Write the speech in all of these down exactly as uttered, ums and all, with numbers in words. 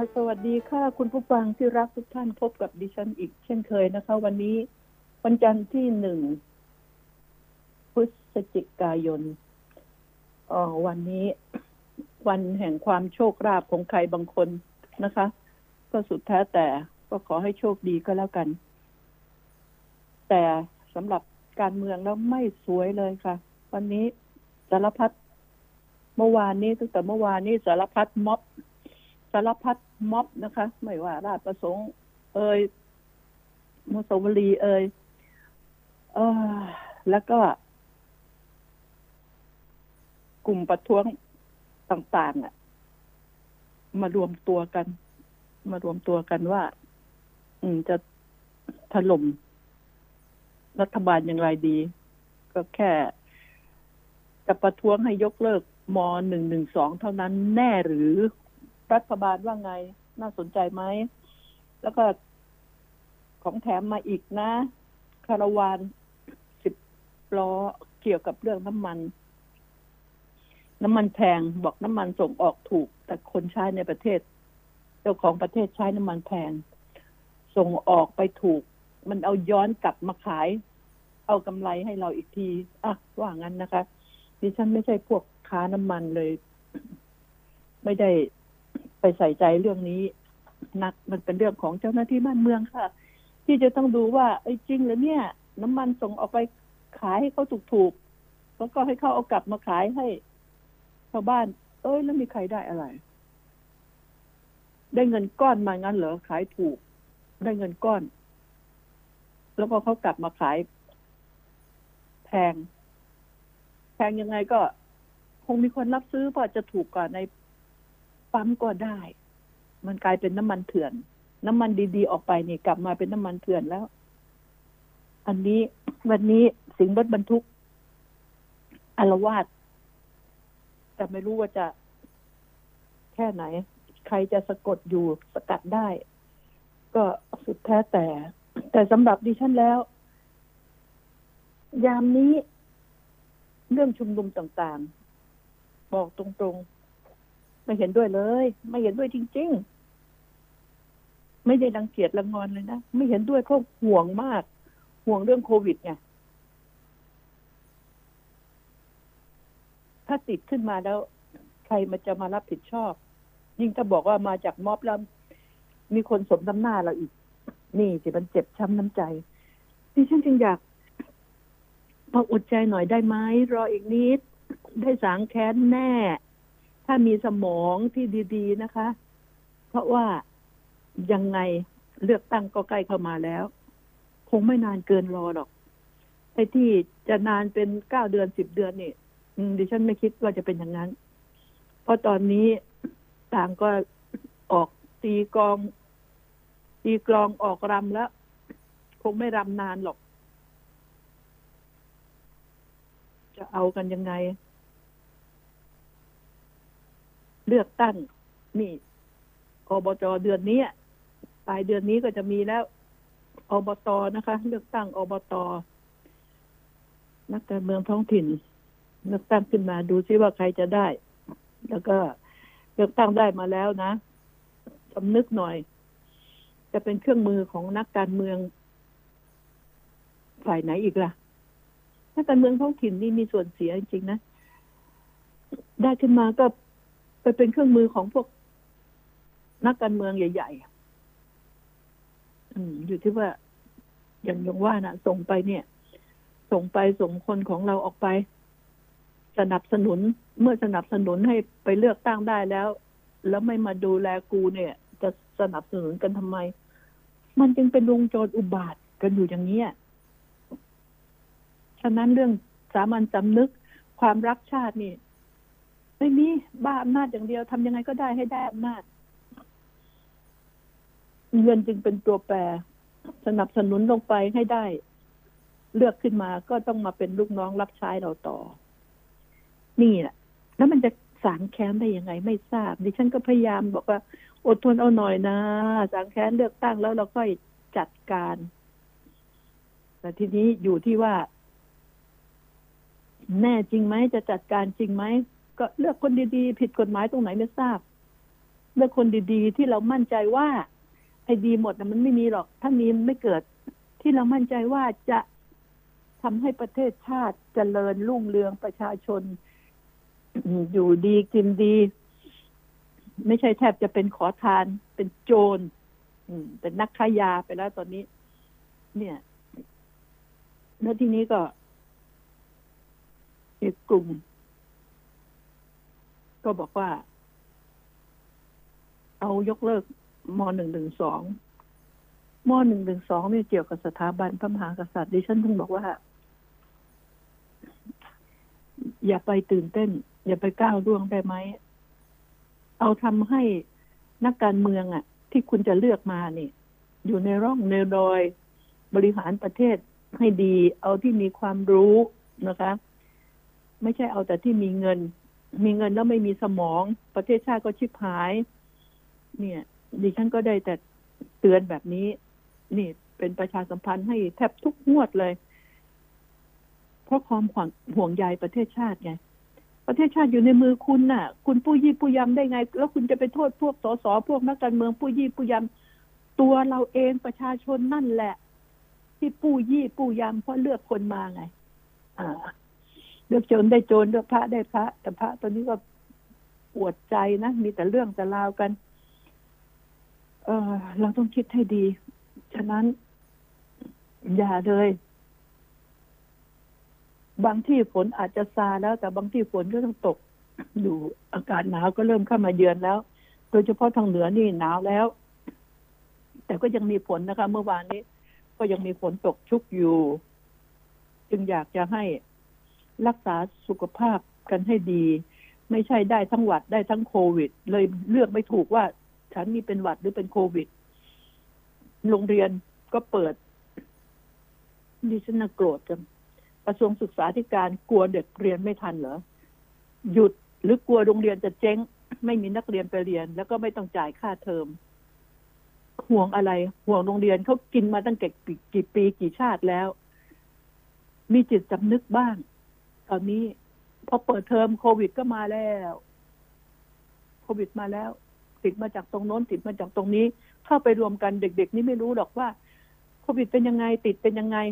สวัสดีค่ะคุณผู้ฟังที่รักทุกท่านพบกับดิฉันอีกเช่นเคยนะคะวันนี้วันจันทร์ที่หนึ่งพฤศจิกายนอ๋อวันนี้วันแห่งความโชคลาภของใครบางคนนะคะก็สุดแท้แต่ก็ขอให้โชคดีก็แล้วกันแต่สำหรับการเมืองแล้วไม่สวยเลยค่ะวันนี้สารพัดเมื่อวานนี้ตั้งแต่เมื่อวานนี้สารพัดม็อบสารพัดม็อบนะคะไม่ว่าราชประสงค์เอ่ยมุสาวรีย์เอ่ยเออแล้วก็กลุ่มประท้วงต่างๆอ่ะมารวมตัวกันมารวมตัวกันว่าอืมจะถล่มรัฐบาลอย่างไรดีก็แค่จะประท้วงให้ยกเลิกม.หนึ่งหนึ่งสองเท่านั้นแน่หรือรัฐบาลว่าไงน่าสนใจไหมแล้วก็ของแถมมาอีกนะคาราวานสิบล้อเกี่ยวกับเรื่องน้ำมันน้ำมันแพงบอกน้ำมันส่งออกถูกแต่คนใช้ในประเทศเจ้าของประเทศใช้น้ำมันแพงส่งออกไปถูกมันเอาย้อนกลับมาขายเอากำไรให้เราอีกทีอ่ะว่างั้นนะคะดิฉันไม่ใช่พวกค้าน้ำมันเลยไม่ได้ไปใส่ใจเรื่องนี้นักมันเป็นเรื่องของเจ้าหน้าที่บ้านเมืองค่ะที่จะต้องดูว่าไอ้จริงหรือเนี่ยน้ำมันส่งออกไปขายให้เขาถูกๆแล้วก็ให้เขาเอากลับมาขายให้ชาวบ้านเอ้ยแล้วมีใครได้อะไรได้เงินก้อนมางั้นเหรอขายถูกได้เงินก้อนแล้วก็เขากลับมาขายแพงแพงยังไงก็คงมีคนรับซื้อเพราะจะถูกกว่าในปั๊มก็ได้มันกลายเป็นน้ำมันเถื่อนน้ำมันดีๆออกไปนี่กลับมาเป็นน้ำมันเถื่อนแล้วอันนี้วันนี้สิงห์รถบรรทุกอาละวาดแต่ไม่รู้ว่าจะแค่ไหนใครจะสะกดอยู่สกัดได้ก็สุดแท้แต่แต่สำหรับดิฉันแล้วยามนี้เรื่องชุมนุมต่างๆบอกตรงๆไม่เห็นด้วยเลยไม่เห็นด้วยจริงๆไม่ได้รังเกียจรังงอนเลยนะไม่เห็นด้วยเพราะห่วงมากห่วงเรื่องโควิดไงถ้าติดขึ้นมาแล้วใครมันจะมารับผิดชอบยิ่งถ้าบอกว่ามาจากม็อบแล้วมีคนสมน้ำหน้าเราอีกนี่สิมันเจ็บช้ำน้ำใจดิฉันจึงอยากพออดใจหน่อยได้ไหมรออีกนิดได้สางแค้นแน่ถ้ามีสมองที่ดีๆนะคะเพราะว่ายังไงเลือกตั้งก็ใกล้เข้ามาแล้วคงไม่นานเกินรอหรอกไอ้ที่จะนานเป็นเก้าเดือนสิบเดือนนี่ดิฉันไม่คิดว่าจะเป็นอย่างนั้นเพราะตอนนี้ต่างก็ออกตีกลองตีกลองออกรำแล้วคงไม่รำนานหรอกจะเอากันยังไงเลือกตั้งนี่อบจ.เดือนนี้ปลายเดือนนี้ก็จะมีแล้วอบต.นะคะเลือกตั้งอบต.นักการเมืองท้องถิ่นเลือกตั้งขึ้นมาดูซิว่าใครจะได้แล้วก็เลือกตั้งได้มาแล้วนะสำนึกหน่อยจะเป็นเครื่องมือของนักการเมืองฝ่ายไหนอีกล่ะนักการเมืองท้องถิ่นนี่มีส่วนเสียจริงๆนะได้ขึ้นมาก็ไปเป็นเครื่องมือของพวกนักการเมืองใหญ่ๆอืมอยู่ที่ว่าอย่างอย่างว่านะส่งไปเนี่ยส่งไปส่งคนของเราออกไปสนับสนุนเมื่อสนับสนุนให้ไปเลือกตั้งได้แล้วแล้วไม่มาดูแลกูเนี่ยจะสนับสนุนกันทำไมมันจึงเป็นวงจรอุบาทกันอยู่อย่างนี้ฉะนั้นเรื่องสามัญสำนึกความรักชาตินี่ไม่มีบ้าอำนาจอย่างเดียวทำยังไงก็ได้ให้ได้อำนาจเงินจึงเป็นตัวแปรสนับสนุนลงไปให้ได้เลือกขึ้นมาก็ต้องมาเป็นลูกน้องรับใช้เราต่อนี่แหละแล้วมันจะสางแค้นได้ยังไงไม่ทราบดิฉันก็พยายามบอกว่าอดทนเอาหน่อยนะสางแค้นเลือกตั้งแล้วเราค่อยจัดการแต่ทีนี้อยู่ที่ว่าแน่จริงไหมจะจัดการจริงไหมก็เลือกคนดีๆผิดกฎหมายตรงไหนไม่ทราบเลือกคนดีๆที่เรามั่นใจว่าไอ้ดีหมดนะมันไม่มีหรอกถ้ามีมันไม่เกิดที่เรามั่นใจว่าจะทำให้ประเทศชาติเจริญรุ่งเรืองประชาชนอยู่ดีกินดีไม่ใช่แทบจะเป็นขอทานเป็นโจรเป็นนักค้ายาไปแล้วตอนนี้เนี่ยแล้วทีนี้ก็อีกกลุ่มก็บอกว่าเอายกเลิกมหนึ่งหนึ่งสองมหนึ่งหนึ่งสองนี่เกี่ยวกับสถาบันพระมหากษัตริย์ดิฉันถึงบอกว่าอย่าไปตื่นเต้นอย่าไปก้าวล่วงได้ไหมเอาทำให้นักการเมืองอ่ะที่คุณจะเลือกมานี่อยู่ในร่องในรอยบริหารประเทศให้ดีเอาที่มีความรู้นะคะไม่ใช่เอาแต่ที่มีเงินมีเงินแล้วไม่มีสมองประเทศชาติก็ชิบหายเนี่ยดิฉันก็ได้แต่เตือนแบบนี้นี่เป็นประชาสัมพันธ์ให้แทบทุกงวดเลยเพราะความห่วงใยประเทศชาติไงประเทศชาติอยู่ในมือคุณน่ะคุณผู้ยี่ผู้ยำได้ไงแล้วคุณจะไปโทษพวกสสพวกนักการเมืองผู้ยี่ผู้ยำตัวเราเองประชาชนนั่นแหละที่ผู้ยี่ผู้ยำเพราะเลือกคนมาไงอ่าเลือกโจรได้โจรเลือกพระได้พระแต่พระตอนนี้ก็ปวดใจนะมีแต่เรื่องแต่ราวกันเออเราต้องคิดให้ดีฉะนั้นอย่าเลยบางที่ฝนอาจจะซาแล้วแต่บางที่ฝนก็ต้องตกอยู่อากาศหนาวก็เริ่มเข้ามาเยือนแล้วโดยเฉพาะทางเหนือนี่หนาวแล้วแต่ก็ยังมีฝนนะคะเมื่อวานนี้ก็ยังมีฝนตกชุกอยู่จึงอยากจะให้รักษาสุขภาพกันให้ดีไม่ใช่ได้ทั้งหวัดได้ทั้งโควิดเลยเลือกไม่ถูกว่าฉันนี่เป็นหวัดหรือเป็นโควิดโรงเรียนก็เปิดดิฉันน่ะโกรธจังกระทรวงศึกษาธิการกลัวเด็กเรียนไม่ทันเหรอหยุดหรือกลัวโรงเรียนจะเจ๊งไม่มีนักเรียนไปเรียนแล้วก็ไม่ต้องจ่ายค่าเทอมห่วงอะไรห่วงโรงเรียนเขากินมาตั้งแต่กี่ปีกี่ชาติแล้วมีจิตสำนึกบ้างตอนนี้พอเปิดเทอมโควิดก็มาแล้วโควิดมาแล้วติดมาจากตรงโน้นติดมาจากตรงนี้เข้าไปรวมกันเด็กๆนี่ไม่รู้หรอกว่าโควิดเป็นยังไงติดเป็นยังไง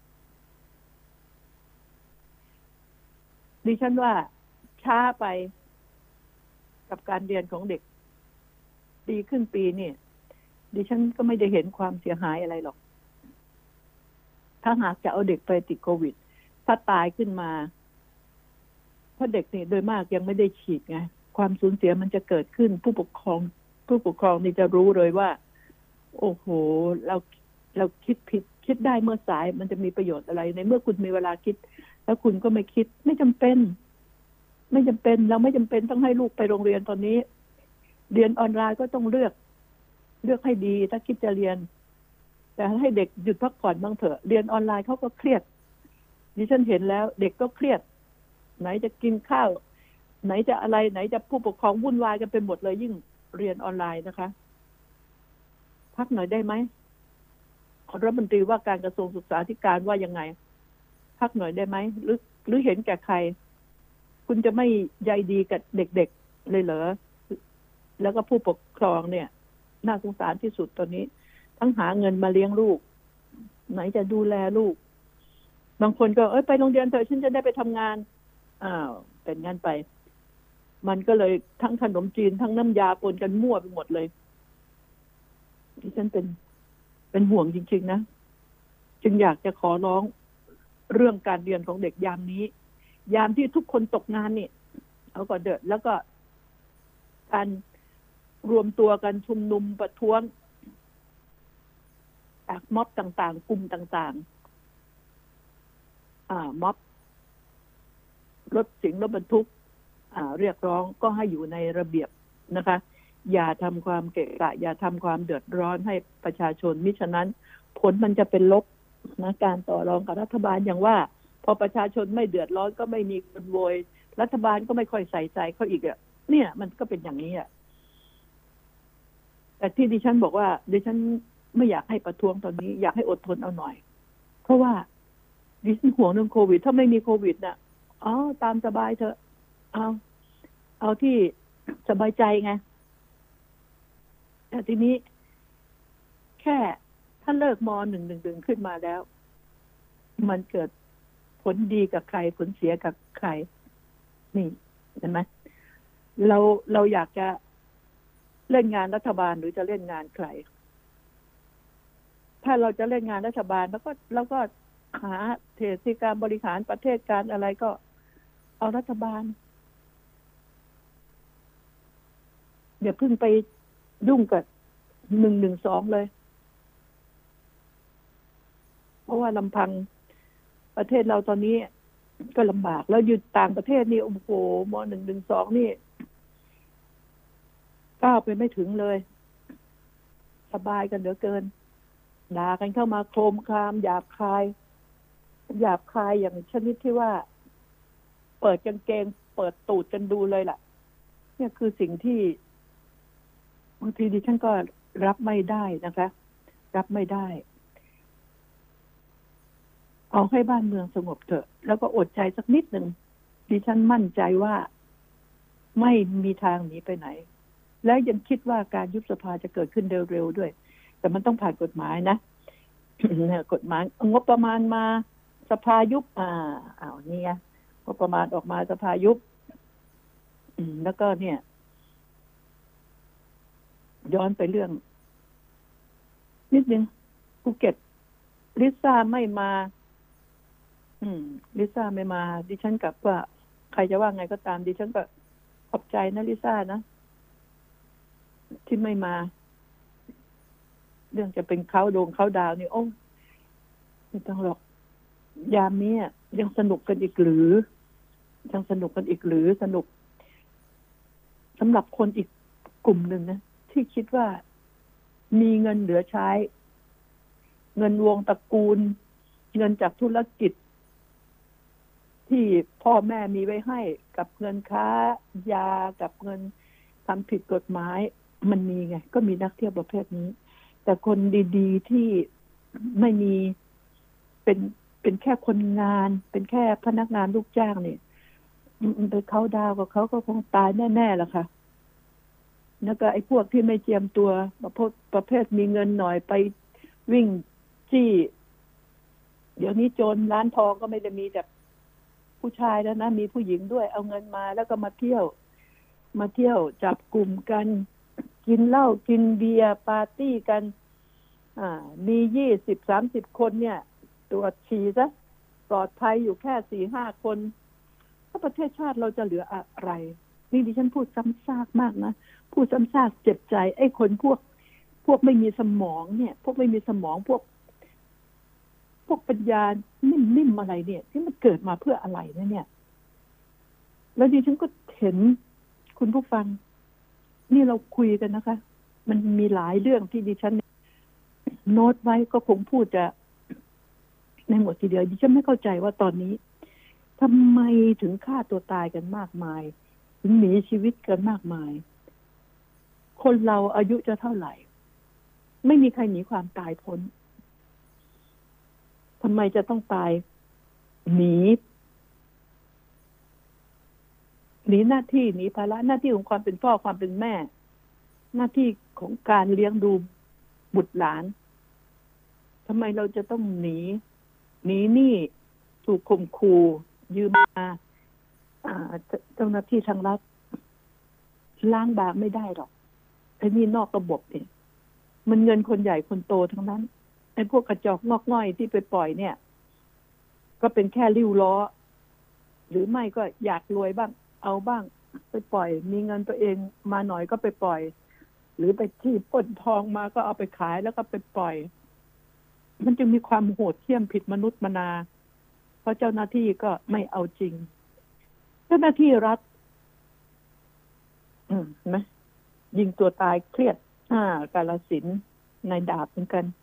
ดิฉันว่าช้าไปกับการเรียนของเด็กดีขึ้นปีนี่ดิฉันก็ไม่ได้เห็นความเสียหายอะไรหรอกถ้าหากจะเอาเด็กไปติดโควิดถ้าตายขึ้นมาเพราะเด็กนี่โดยมากยังไม่ได้ฉีดไงความสูญเสียมันจะเกิดขึ้นผู้ปกครองผู้ปกครองนี่จะรู้เลยว่าโอ้โหเราเราคิดผิดคิดได้เมื่อสายมันจะมีประโยชน์อะไรในเมื่อคุณมีเวลาคิดแล้วคุณก็ไม่คิดไม่จำเป็นไม่จำเป็นเราไม่จำเป็นต้องให้ลูกไปโรงเรียนตอนนี้เรียนออนไลน์ก็ต้องเลือกเลือกให้ดีถ้าคิดจะเรียนแต่ให้เด็กหยุดพักผ่อนบ้างเถอะเรียนออนไลน์เขาก็เครียดดิฉันเห็นแล้วเด็กก็เครียดไหนจะกินข้าวไหนจะอะไรไหนจะผู้ปกครองวุ่นวายกันไปหมดเลยยิ่งเรียนออนไลน์นะคะพักหน่อยได้ไหมรัฐมนตรีว่าการกระทรวงศึกษาธิการว่ายังไงพักหน่อยได้ไหมหรือหรือเห็นแก่ใครคุณจะไม่ใยดีกับเด็กๆเลยเหรอแล้วก็ผู้ปกครองเนี่ยน่าสงสารที่สุดตอนนี้ทั้งหาเงินมาเลี้ยงลูกไหนจะดูแลลูกบางคนก็เอ้ยไปโรงเรียนเถอะฉันจะได้ไปทำงานอ้าวเป็นงั้นไปมันก็เลยทั้งขนมจีนทั้งน้ำยาปนกันมั่วไปหมดเลยดิฉันเป็นเป็นห่วงจริงๆนะจึงอยากจะขอร้องเรื่องการเรียนของเด็กยามนี้ยามที่ทุกคนตกงานนี่เอาก่อนเด้อแล้วก็การรวมตัวกันชุมนุมประท้วงจากม็อบต่างๆกลุ่มต่างๆอ่าม็อบรถสิงห์รถบรรทุกอ่าเรียกร้องก็ให้อยู่ในระเบียบนะคะอย่าทำความเกะกะอย่าทำความเดือดร้อนให้ประชาชนมิฉะนั้นผลมันจะเป็นลบนะการต่อรองกับรัฐบาลอย่างว่าพอประชาชนไม่เดือดร้อนก็ไม่มีคนโวยรัฐบาลก็ไม่ค่อยใส่ใจเขาอีกอ่ะเนี่ยมันก็เป็นอย่างนี้อ่ะแต่ที่ดิฉันบอกว่าดิฉันไม่อยากให้ประท้วงตอนนี้อยากให้อดทนเอาหน่อยเพราะว่าดิฉันห่วงเรื่องโควิดถ้าไม่มีโควิดน่ะอ๋อตามสบายเถอะเอาเอาที่สบายใจไงแต่ทีนี้แค่ถ้าเลิกมหนึ่งหนึ่งหนึ่งขึ้นมาแล้วมันเกิดผลดีกับใครผลเสียกับใครนี่เห็นไหมเราเราอยากจะเล่นงานรัฐบาลหรือจะเล่นงานใครถ้าเราจะเล่นงานรัฐบาลแล้วก็เราก็หาเทศการบริหารประเทศการอะไรก็เอารัฐบาลอย่าเพิ่งไปยุ่งกับหนึ่งหนึ่งสองเลยเพราะว่าลำพังประเทศเราตอนนี้ก็ลำบากแล้วอยู่ต่างประเทศนี่โอ้โหมหนึ่งหนึ่งสองนี่ก้าวไปไม่ถึงเลยสบายกันเหลือเกินด่ากันเข้ามาโครมครามหยาบคายหยาบคายอย่างชนิดที่ว่าเปิดกางเกงเปิดตูดกันดูเลยล่ะเนี่ยคือสิ่งที่บางทีดิฉันก็รับไม่ได้นะคะรับไม่ได้เอาให้บ้านเมืองสงบเถอะแล้วก็อดใจสักนิดหนึ่งดิฉันมั่นใจว่าไม่มีทางหนีไปไหนและยังคิดว่าการยุบสภาจะเกิดขึ้นเร็วๆด้วยแต่มันต้องผ่านกฎหมายนะกฎหมายงบประมาณมาสภายุบอ่าอ้าวนี่ไงงบประมาณออกมาสภายุบแล้วก็เนี่ยย้อนไปเรื่องนิดนึงภูเก็ตลิซ่าไม่มาอืมลิซ่าไม่มาดิฉันกับว่าใครจะว่าไงก็ตามดิฉันก็ขอบใจนะลิซ่านะที่ไม่มาเรื่องจะเป็นเขาโดงเขาดาวนี่โอ้ไม่ต้องหรอกยามนี้ยังสนุกกันอีกหรือยังสนุกกันอีกหรือสนุกสำหรับคนอีกกลุ่มหนึ่งนะที่คิดว่ามีเงินเหลือใช้เงินวงตระกูลเงินจากธุรกิจที่พ่อแม่มีไว้ให้กับเงินค้ายากับเงินทำผิดกฎหมายมันมีไงก็มีนักเที่ยวประเภทนี้แต่คนดีๆที่ไม่มีเป็นเป็นแค่คนงานเป็นแค่พนักงานลูกจ้างเนี่ยไปเขาดาวกับเขาก็คงตายแน่ๆล่ะค่ะแล้วก็ไอ้พวกที่ไม่เจียมตัวประเภทประเภทมีเงินหน่อยไปวิ่งจี้เดี๋ยวนี้โจรร้านทองก็ไม่ได้มีแต่ผู้ชายแล้วนะมีผู้หญิงด้วยเอาเงินมาแล้วก็มาเที่ยวมาเที่ยวจับกลุ่มกันกินเหล้ากินเบียร์ปาร์ตี้กันอ่ามียี่สิบสามสิบคนเนี่ยตรวจฉี่ซะปลอดภัยอยู่แค่สี่ห้าคนถ้าประเทศชาติเราจะเหลืออะไรนี่ดิฉันพูดซ้ำซากมากนะพูดซ้ำซากเจ็บใจไอ้คนพวกพวกไม่มีสมองเนี่ยพวกไม่มีสมองพวกพวกปัญญานิ่มๆอะไรเนี่ยที่มันเกิดมาเพื่ออะไรนะเนี่ยแล้วดิฉันก็เห็นคุณผู้ฟังนี่เราคุยกันนะคะมันมีหลายเรื่องที่ดิฉันโน้ตไว้ก็คงพูดจะในหมดทีเดียวดิฉันไม่เข้าใจว่าตอนนี้ทำไมถึงฆ่าตัวตายกันมากมายถึงหนีชีวิตกันมากมายคนเราอายุจะเท่าไหร่ไม่มีใครหนีความตายพ้นทำไมจะต้องตายหนีหนีหน้าที่หนีภาระหน้าที่ของความเป็นพ่อความเป็นแม่หน้าที่ของการเลี้ยงดูบุตรหลานทำไมเราจะต้องหนีหนีหนี้ถูกข่มขู่ยืมมาเจ้าหน้าที่ทางรัฐล้างบางไม่ได้หรอกไอ้นี่นอกระบบเนี่ยมันเงินคนใหญ่คนโตทั้งนั้นไอ้พวกกระจอกงอกง่อยที่ไปปล่อยเนี่ยก็เป็นแค่ริ้วล้อหรือไม่ก็อยากรวยบ้างเอาบ้างไปปล่อยมีเงินตัวเองมาหน่อยก็ไปปล่อยหรือไปที่ปล้นทองมาก็เอาไปขายแล้วก็ไปปล่อยมันจึงมีความโหดเหี้ยมผิดมนุษย์มนาเพราะเจ้าหน้าที่ก็ไม่เอาจริงเจ้าหน้าที่รัฐอืมเห็นไหมยิงตัวตายเครียดอ่ากาฬสินธุ์นายดาบเหมือนกัน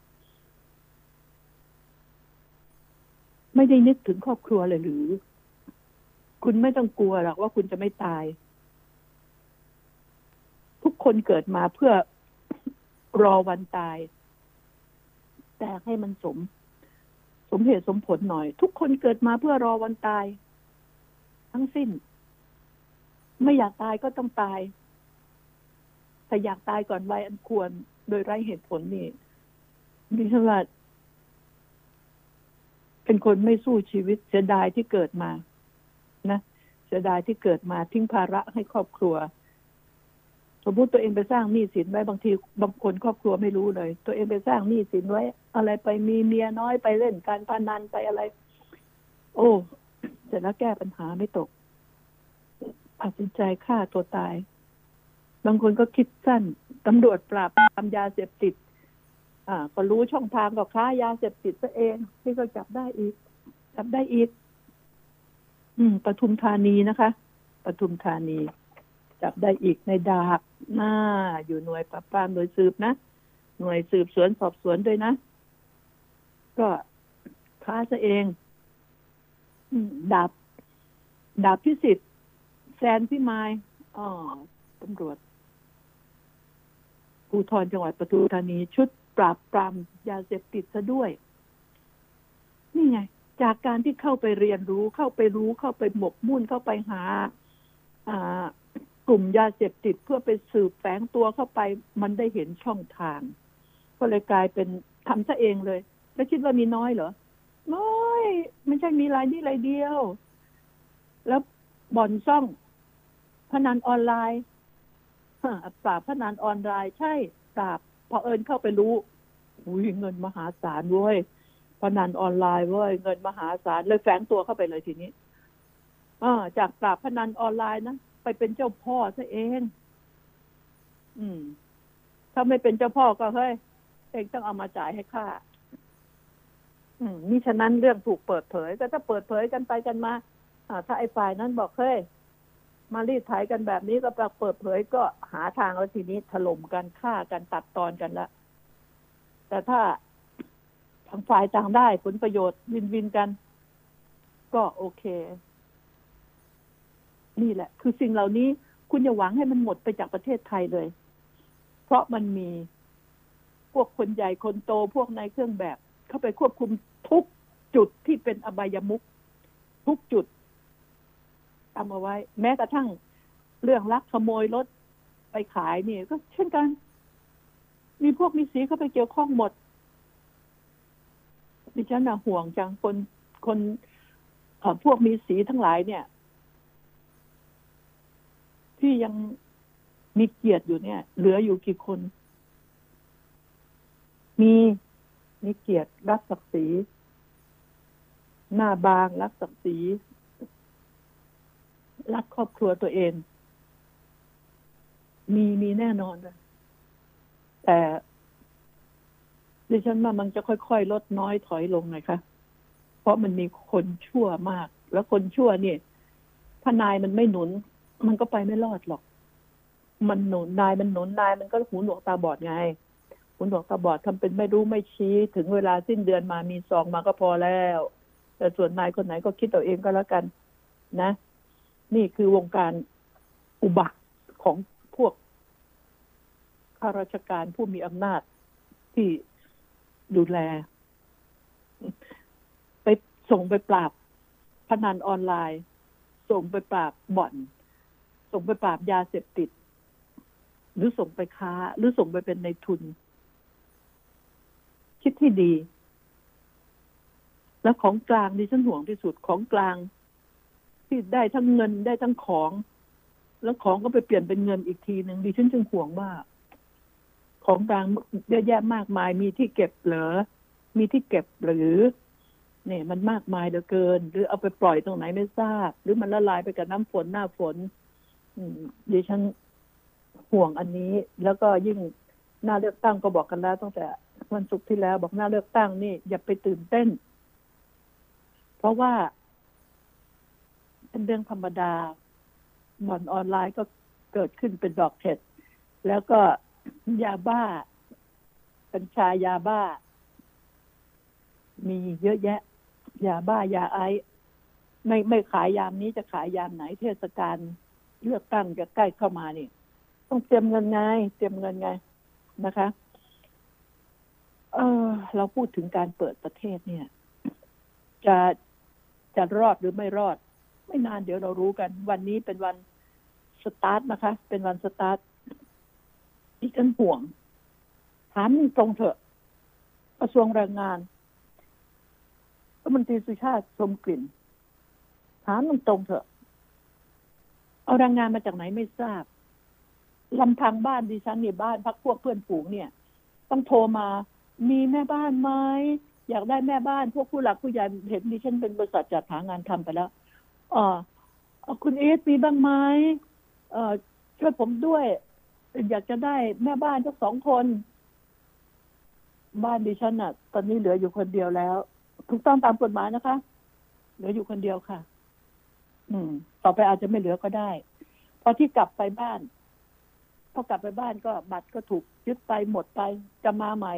ไม่ได้นึกถึงครอบครัวเลยหรือคุณไม่ต้องกลัวหรอกว่าคุณจะไม่ตายทุกคนเกิดมาเพื่อรอวันตายแต่ให้มันสมสมเหตุสมผลหน่อยทุกคนเกิดมาเพื่อรอวันตายทั้งสิ้นไม่อยากตายก็ต้องตายถ้าอยากตายก่อนวัยอันควรโดยไร้เหตุผลนี่ดิฉันว่าเป็นคนไม่สู้ชีวิตเสียดายที่เกิดมานะเสียดายที่เกิดมาทิ้งภาระให้ครอบครัวสมมติตัวเองไปสร้างหนี้สินไว้บางทีบางคนครอบครัวไม่รู้เลยตัวเองไปสร้างหนี้สินไว้อะไรไปมีเมียน้อยไปเล่นการพนันไปอะไรโอ้เสร็จแล้วแก้ปัญหาไม่ตกตัดสินใจฆ่าตัวตายบางคนก็คิดสั้นตำรวจปราบปรามยาเสพติดอ่าก็รู้ช่องทางก็ค้ายาเสพติดซะเองที่ก็จับได้อีกจับได้อีกอืมปทุมธานีนะคะปทุมธานีจับได้อีกในดาบหน้าอยู่หน่วยปราบปรามโดยสืบนะหน่วยสืบสวนสอบสวนด้วยนะก็ค้าซะเองดาบดาบพิสิทธิ์แซนพิมายอ๋อตำรวจภูธรจังหวัดปทุมธานีชุดปราบปรามยาเสพติดซะด้วยนี่ไงจากการที่เข้าไปเรียนรู้เข้าไปรู้เข้าไปหมกมุ่นเข้าไปหาอ่ากลุ่มยาเสพติดเพื่อไปสืบแฝงตัวเข้าไปมันได้เห็นช่องทางก็เลยกลายเป็นทำซะเองเลยแล้วคิดว่ามีน้อยเหรอน้อยไม่ใช่มีรายนี้รายเดียวแล้วบ่อนซ่องพนันออนไลน์ปราบพนันออนไลน์ใช่ปราบพอเอิญเข้าไปรู้อุ้ยเงินมหาศาลเว้ยพนันออนไลน์เว้ยเงินมหาศาลเลยแฝงตัวเข้าไปเลยทีนี้อ่าจากปราบพนันออนไลน์นะไปเป็นเจ้าพ่อซะเองอืมถ้าไม่เป็นเจ้าพ่อก็เฮ้ยเองต้องเอามาจ่ายให้ข้าอืมนี่ฉะนั้นเรื่องถูกเปิดเผยก็ถ้าเปิดเผยกันไปกันมาอ่าถ้าไอ้ฝ่ายนั้นบอกเฮ้ยมารีดไถกันแบบนี้ก็เปิดเผยก็หาทางแล้วทีนี้ถล่มกันฆ่ากันตัดตอนกันละแต่ถ้าทางฝ่ายต่างได้ผลประโยชน์วินวินกันก็โอเคนี่แหละคือสิ่งเหล่านี้คุณอย่าหวังให้มันหมดไปจากประเทศไทยเลยเพราะมันมีพวกคนใหญ่คนโตพวกนายเครื่องแบบเข้าไปควบคุมทุกจุดที่เป็นอบายมุขทุกจุดทำเอาไว้แม้กระทั่งเรื่องลักขโมยรถไปขายนี่ก็เช่นกันมีพวกมีสีเข้าไปเกี่ยวข้องหมดดิฉันน่ะห่วงจังคนคนเอ่อพวกมีสีทั้งหลายเนี่ยที่ยังมีเกียรติอยู่เนี่ยเหลืออยู่กี่คนมีมีเกียรติรักศักดิ์ศรีหน้าบางรักศักดิ์ศรีรักครอบครัวตัวเองมีมีแน่นอนเลยแต่ดิฉันว่ามันจะค่อยๆลดน้อยถอยลงไงคะเพราะมันมีคนชั่วมากแล้วคนชั่วเนี่ยถ้านายมันไม่หนุนมันก็ไปไม่รอดหรอกมันหนุนนายมันหนุนนายมันก็หูหนวกตาบอดไงหูหนวกตาบอดทำเป็นไม่รู้ไม่ชี้ถึงเวลาสิ้นเดือนมามีซองมาก็พอแล้วแต่ส่วนนายคนไหนก็คิดเอาเองก็แล้วกันนะนี่คือวงการอุบาทของพวกข้าราชการผู้มีอำนาจที่ดูแลไปส่งไปปราบพนันออนไลน์ส่งไปปราบบ่อนส่งไปปราบยาเสพติดหรือส่งไปค้าหรือส่งไปเป็นในทุนคิดที่ดีแล้วของกลางดิฉันห่วงที่สุดของกลางที่ได้ทั้งเงินได้ทั้งของแล้วของก็ไปเปลี่ยนเป็นเงินอีกทีหนึ่งดิฉันจึงห่วงว่าของกลางเยอะแยะมากมายมีที่เก็บเหรอมีที่เก็บหรือเนี่ยมันมากมายเหลือเกินหรือเอาไปปล่อยตรงไหนไม่ทราบหรือมันละลายไปกับน้ำฝนหน้าฝนดิฉันห่วงอันนี้แล้วก็ยิ่งหน้าเลือกตั้งก็บอกกันแล้วตั้งแต่วันศุกร์ที่แล้วบอกหน้าเลือกตั้งนี่อย่าไปตื่นเต้นเพราะว่าเป็นเรื่องธรรมดาบ่อนออนไลน์ก็เกิดขึ้นเป็นดอกเห็ดแล้วก็ยาบ้ากัญชายาบ้ามีเยอะแยะยาบ้ายาไอซ์ไม่ไม่ขายยามนี้จะขายยามไหนเทศกาลเลือกตั้งจะใกล้เข้ามานี่ต้องเตรียมเงินไงเตรียมเงินไงนะคะเออเราพูดถึงการเปิดประเทศเนี่ยจะจะรอดหรือไม่รอดไม่นานเดี๋ยวเรารู้กันวันนี้เป็นวันสตาร์ทนะคะเป็นวันสตาร์ทดิฉันห่วงถามตรงเถอะกระทรวงแรงงานรัฐมนตรีสุชาติชมกลิ่นถามตรงเถอะเอาแรงงานมาจากไหนไม่ทราบลำพังบ้านดิฉันเนี่ยบ้านพักพวกเพื่อนฝูงเนี่ยต้องโทรมามีแม่บ้านไหมอยากได้แม่บ้านพวกผู้หลักผู้ใหญ่เห็นดิฉันเป็นบริษัทจัดหางานทำไปแล้วอ๋อคุณเอสมีบ้างไหมเอ่อช่วยผมด้วยอยากจะได้แม่บ้านสักสองคนบ้านดิฉันน่ะตอนนี้เหลืออยู่คนเดียวแล้วถูกต้องตามกฎหมายนะคะเหลืออยู่คนเดียวค่ะอืมต่อไปอาจจะไม่เหลือก็ได้พอที่กลับไปบ้านพอกลับไปบ้านก็บัตรก็ถูกยึดไปหมดไปจะมาใหม่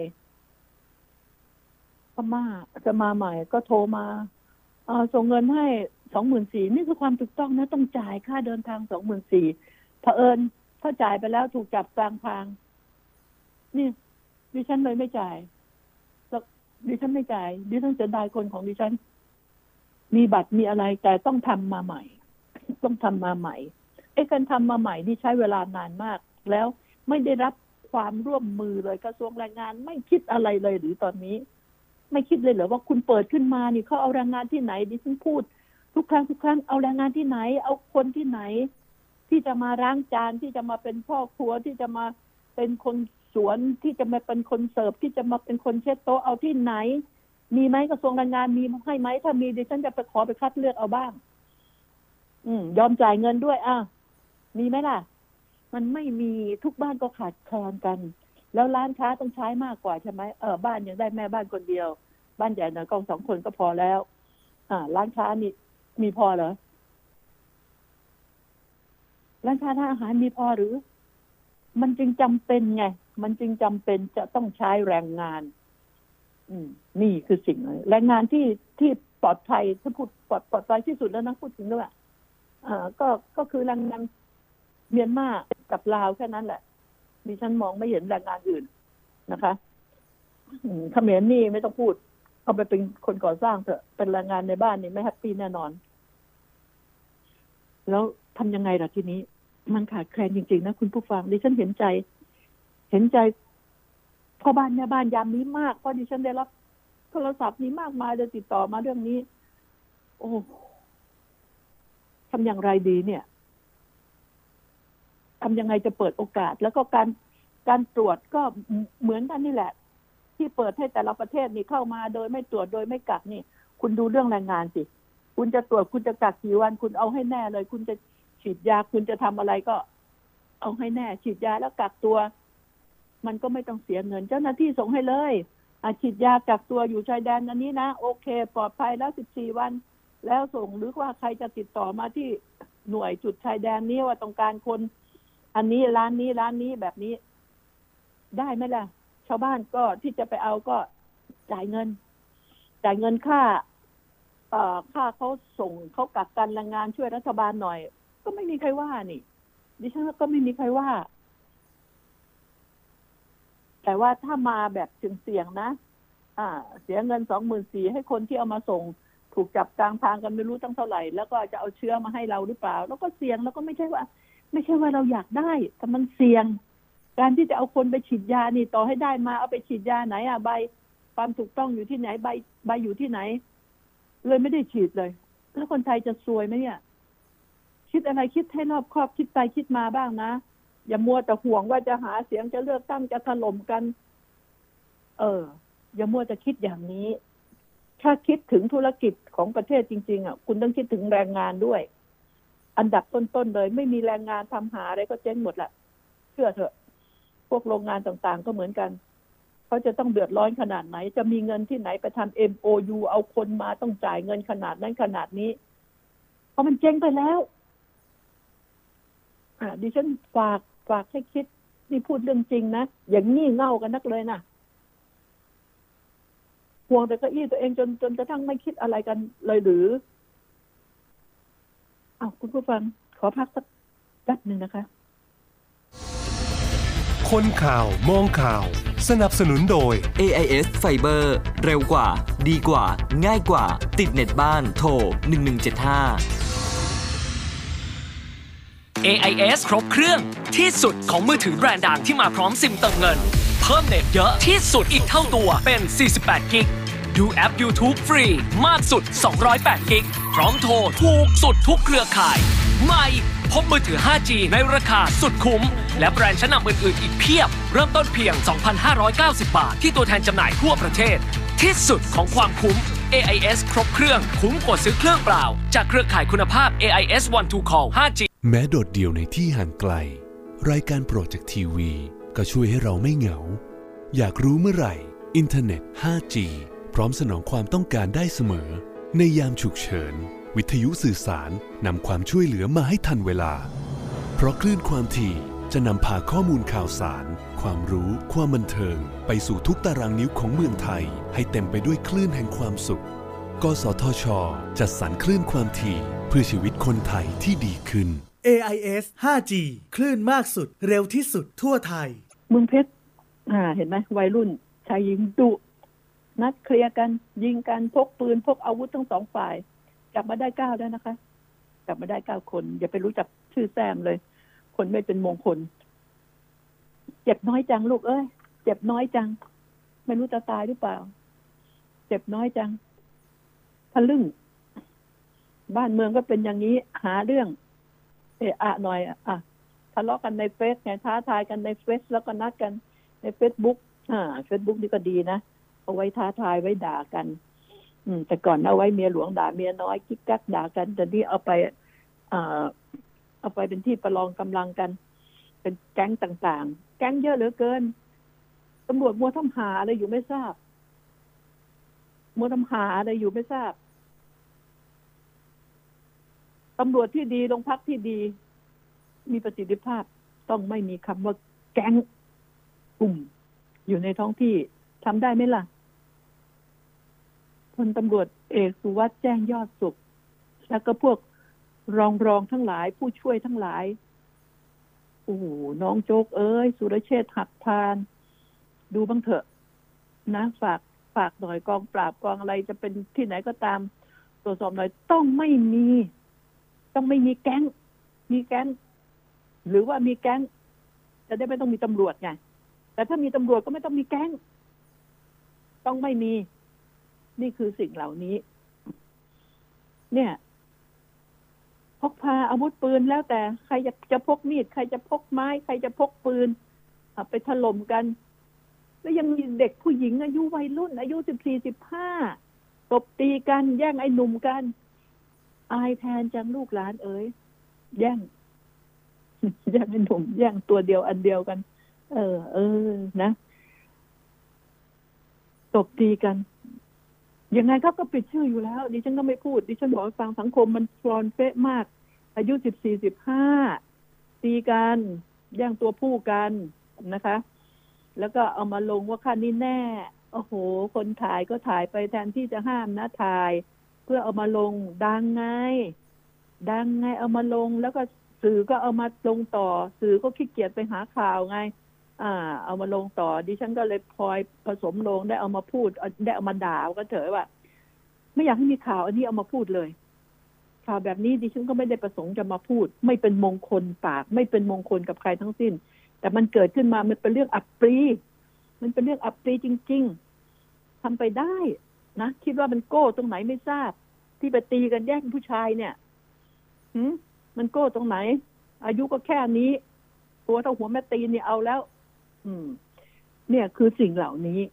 พม่าจะมาใหม่ก็โทรมาเอาส่งเงินให้สองหมื่นสี่นี่คือความถูกต้องนะต้องจ่ายค่าเดินทางสองหมื่นสี่เผอิญถ้าจ่ายไปแล้วถูกจับกลางทางนี่ดิฉันเลยไม่จ่ายดิฉันไม่จ่ายดิฉันจะได้คนของดิฉันมีบัตรมีอะไรแต่ต้องทำมาใหม่ต้องทำมาใหม่ไอ้การทำมาใหม่นี่ใช้เวลานานมากแล้วไม่ได้รับความร่วมมือเลยกระทรวงแรงงานไม่คิดอะไรเลยหรือตอนนี้ไม่คิดเลยเหรอว่าคุณเปิดขึ้นมานี่เขาเอาแรงงานที่ไหนดิฉันพูดทุกครั้งทุกครั้งเอาแรงงานที่ไหนเอาคนที่ไหนที่จะมาล้างจานที่จะมาเป็นพ่อครัวที่จะมาเป็นคนสวนที่จะมาเป็นคนเสิร์ฟที่จะมาเป็นคนเช็ดโต๊ะเอาที่ไหนมีไหมกระทรวงแรงงานมีให้ไหมถ้ามีดิฉันจะไปขอไปคัดเลือกเอาบ้างอืมยอมจ่ายเงินด้วยอ่ะมีไหมล่ะมันไม่มีทุกบ้านก็ขาดแคลนกันแล้วร้านค้าต้องใช้มากกว่าใช่ไหมเออบ้านยังได้แม่บ้านคนเดียวบ้านใหญ่หน่อยก็สองคนก็พอแล้วอ่าร้านค้านี่มีพอเหรอร้านค้าร้านอาหารมีพอหรือมันจึงจำเป็นไงมันจึงจำเป็นจะต้องใช้แรงงานอืมนี่คือสิ่งแรงงานที่ที่ปลอดภัยถ้าพูดปลอดปลอดภัยที่สุดแล้วนะพูดถึงด้วยอ่าก็ก็คือแรงงานเมียนมากับลาวแค่นั้นแหละดิฉันมองไม่เห็นแรงงานอื่นนะคะเขมรนี่ไม่ต้องพูดเอาไปเป็นคนก่อสร้างเถอะเป็นแรงงานในบ้านนี่ไม่แฮปปี้แน่นอนแล้วทำยังไงล่ะทีนี้มันขาดแคลนจริงๆนะคุณผู้ฟังดิฉันเห็นใจเห็นใจพ่อบ้านแม่บ้านยามนี้มากเพราะดิฉันได้รับโทรศัพท์นี้มากมายเลยติดต่อมาเรื่องนี้โอ้ทำอย่างไรดีเนี่ยทำยังไงจะเปิดโอกาสแล้วก็การการตรวจก็เหมือนกันนี่แหละที่เปิดให้แต่ละประเทศนี่เข้ามาโดยไม่ตรวจโดยไม่กักนี่คุณดูเรื่องแรงงานสิคุณจะตรวจคุณจะกักกี่วันคุณเอาให้แน่เลยคุณจะฉีดยาคุณจะทำอะไรก็เอาให้แน่ฉีดยาแล้วกักตัวมันก็ไม่ต้องเสียเงินเจ้าหน้าที่ส่งให้เลยอ่ะฉีดยากักตัวอยู่ชายแดนอันนี้นะโอเคปลอดภัยแล้วสิบสี่วันแล้วส่งหรือว่าใครจะติดต่อมาที่หน่วยจุดชายแดนนี้ว่าต้องการคนอันนี้ร้านนี้ร้านนี้แบบนี้ได้ไหมล่ะชาวบ้านก็ที่จะไปเอาก็จ่ายเงินจ่ายเงินค่าเอ่อค่าเขาส่งเขากักกันแรงงานช่วยรัฐบาลหน่อยก็ไม่มีใครว่านี่ดิฉันก็ไม่มีใครว่าแต่ว่าถ้ามาแบบเสี่ยงๆนะอ่าเสียเงินสองหมื่นสี่ให้คนที่เอามาส่งถูกจับกลางทางกันไม่รู้ตั้งเท่าไหร่แล้วก็จะเอาเชื้อมาให้เราหรือเปล่าแล้วก็เสี่ยงแล้วก็ไม่ใช่ว่าไม่ใช่ว่าเราอยากได้แต่มันเสี่ยงการที่จะเอาคนไปฉีดยานี่ต่อให้ได้มาเอาไปฉีดยาไหนอ่ะใบความถูกต้องอยู่ที่ไหนใบใบอยู่ที่ไหนเลยไม่ได้ฉีดเลยแล้วคนไทยจะซวยไหมเนี่ยคิดอะไรคิดให้รอบคอบคิดไปคิดมาบ้างนะอย่ามัวแต่ห่วงว่าจะหาเสียงจะเลือกตั้งจะถล่มกันเอออย่ามัวแต่คิดอย่างนี้ถ้าคิดถึงธุรกิจของประเทศจริงๆอ่ะคุณต้องคิดถึงแรงงานด้วยอันดับต้นๆเลยไม่มีแรงงานทำหาอะไรก็เจ๊งหมดแหละเชื่อเถอะพวกโรงงานต่างๆก็เหมือนกันเขาจะต้องเดือดร้อนขนาดไหนจะมีเงินที่ไหนไปทำ เอ็ม โอ ยู เอาคนมาต้องจ่ายเงินขนาดนั้นขนาดนี้เพราะมันเจ๊งไปแล้วอ่าดิฉันฝากฝากให้คิดนี่พูดเรื่องจริงนะอย่างงี่เง่ากันนักเลยนะห่วงแต่เก้าอี้ตัวเองจนจนกระทั่งไม่คิดอะไรกันเลยหรืออ้าวคุณผู้ฟังขอพักสักแป๊บนึงนะคะคนข่าวมองข่าวสนับสนุนโดยเอ ไอ เอส Fiber เร็วกว่าดีกว่าง่ายกว่าติดเน็ตบ้านโทรหนึ่งหนึ่งเจ็ดห้าเอ ไอ เอส ครบเครื่องที่สุดของมือถือแบรนด์ดังที่มาพร้อมซิมเติมเงินเพิ่มเน็ตเยอะที่สุดอีกเท่าตัวเป็นสี่สิบแปดกิกดูแอป YouTube ฟรีมากสุดสองร้อยแปดกิกพร้อมโทรถูกสุดทุกเครือข่ายใหม่พบมือถือ ห้าจี ในราคาสุดคุ้มและแบรนด์ชั้นนำอื่นๆอีกเพียบเริ่มต้นเพียง สองพันห้าร้อยเก้าสิบ บาทที่ตัวแทนจำหน่ายทั่วประเทศที่สุดของความคุ้ม เอ ไอ เอส ครบเครื่องคุ้มกว่าซื้อเครื่องเปล่าจากเครือข่ายคุณภาพ เอ ไอ เอส วัน ทู Call ห้าจีแม้โดดเดี่ยวในที่ห่างไกลรายการโปรดจากทีวีก็ช่วยให้เราไม่เหงาอยากรู้เมื่อไหร่อินเทอร์เน็ต ห้าจี พร้อมสนองความต้องการได้เสมอในยามฉุกเฉินวิทยุสื่อสารนำความช่วยเหลือมาให้ทันเวลาเพราะคลื่นความถี่จะนำพาข้อมูลข่าวสารความรู้ความบันเทิงไปสู่ทุกตารางนิ้วของเมืองไทยให้เต็มไปด้วยคลื่นแห่งความสุขกสทช.จัดสรรคลื่นความถี่เพื่อชีวิตคนไทยที่ดีขึ้นเอ ไอ เอส ห้าจี คลื่นมากสุดเร็วที่สุดทั่วไทยเมืองเพชรอ่าเห็นไหมวัยรุ่นชายหญิงดุนัดเคลียร์กันยิงกันพกปืนพกอาวุธทั้งสองฝ่ายจับมาได้เก้าแล้วนะคะจับมาได้เก้าคนอย่าไปรู้จักชื่อแซมเลยคนไม่เป็นมงคลเจ็บน้อยจังลูกเอ้ยเจ็บน้อยจังไม่รู้จะตายหรือเปล่าเจ็บน้อยจังทะลึ่งบ้านเมืองก็เป็นอย่างนี้หาเรื่องเอะอะหน่อยอ่ะทะเลาะกันในเฟซไงท้าทายกันในเฟซแล้วก็นัดกันในเฟซบุ๊กอ่าเฟซบุ๊กนี่ก็ดีนะเอาไว้ท้าทายไว้ด่ากันอืมแต่ก่อนเอาไว้เมียหลวงด่าเมียน้อยกิ๊กกักด่ากันแต่นี่เอาไปอ่าเอาไปเป็นที่ประลองกำลังกันเป็นแก๊งต่างๆแก๊งเยอะเหลือเกินตำรวจมัวทำหาอะไรอยู่ไม่ทราบมัวทำหาอะไรอยู่ไม่ทราบตำรวจที่ดีโรงพักที่ดีมีประสิทธิภาพต้องไม่มีคำว่าแก๊งกลุ่มอยู่ในท้องที่ทำได้ไหมล่ะพลตำรวจเอกสุวัสด์แจ้งยอดสุขแล้วก็พวกรองรองทั้งหลายผู้ช่วยทั้งหลายโอ้โหน้องโจ๊กเอ้ยสุรเชษฐ์หักพานดูบ้างเถอะนะฝากฝากหน่อยกองปราบกองอะไรจะเป็นที่ไหนก็ตามตรวจสอบหน่อยต้องไม่มีต้องไม่มีแก๊งมีแก๊งหรือว่ามีแก๊งจะได้ไม่ต้องมีตำรวจไงแต่ถ้ามีตำรวจก็ไม่ต้องมีแก๊งต้องไม่มีนี่คือสิ่งเหล่านี้เนี่ยพกพาอาวุธปืนแล้วแต่ใครจะจะพกมีดใครจะพกไม้ใครจะพกปืนเอาไปถล่มกันแล้วยังมีเด็กผู้หญิงอายุวัยรุ่นอายุสิบสี่สิบห้าตบตีกันแย่งไอ้หนุ่มกันอายแทนจังลูกหลานเอ๋ยแย่งแย่งไอ้หนุ่มแย่งตัวเดียวอันเดียวกันเออเออนะตบตีกันยังไงครับก็ปิดชื่ออยู่แล้วดิฉันก็ไม่พูดดิฉันบอกให้ฟังสังคมมันฟลอนเฟะมากอายุสิบสี่สิบห้าตีกันแย่งตัวผู้กันนะคะแล้วก็เอามาลงว่าค่านี้แน่โอ้โหคนถ่ายก็ถ่ายไปแทนที่จะห้ามนะถ่ายเพื่อเอามาลงดังไงดังไงเอามาลงแล้วก็สื่อก็เอามาลงต่อสื่อก็ขี้เกียจไปหาข่าวไงอ่าเอามาลงต่อดิฉันก็เลยพลอยผสมลงได้เอามาพูดได้เอามาด่าก็เถอะว่าไม่อยากให้มีข่าวอันนี้เอามาพูดเลยข่าวแบบนี้ดิฉันก็ไม่ได้ประสงค์จะมาพูดไม่เป็นมงคลปากไม่เป็นมงคลกับใครทั้งสิ้นแต่มันเกิดขึ้นมามันเป็นเรื่องอับปรีมันเป็นเรื่องอับปรีจริงๆทำไปได้นะคิดว่ามันโก้ตรงไหนไม่ทราบที่ไปตีกันแย่งผู้ชายเนี่ยหืมมันโก้ตรงไหนอายุก็แค่นี้ตัวเท่าหัวแม่ตีนเนี่ยเอาแล้วอืมเนี่ยคือสิ่งเหล่านี้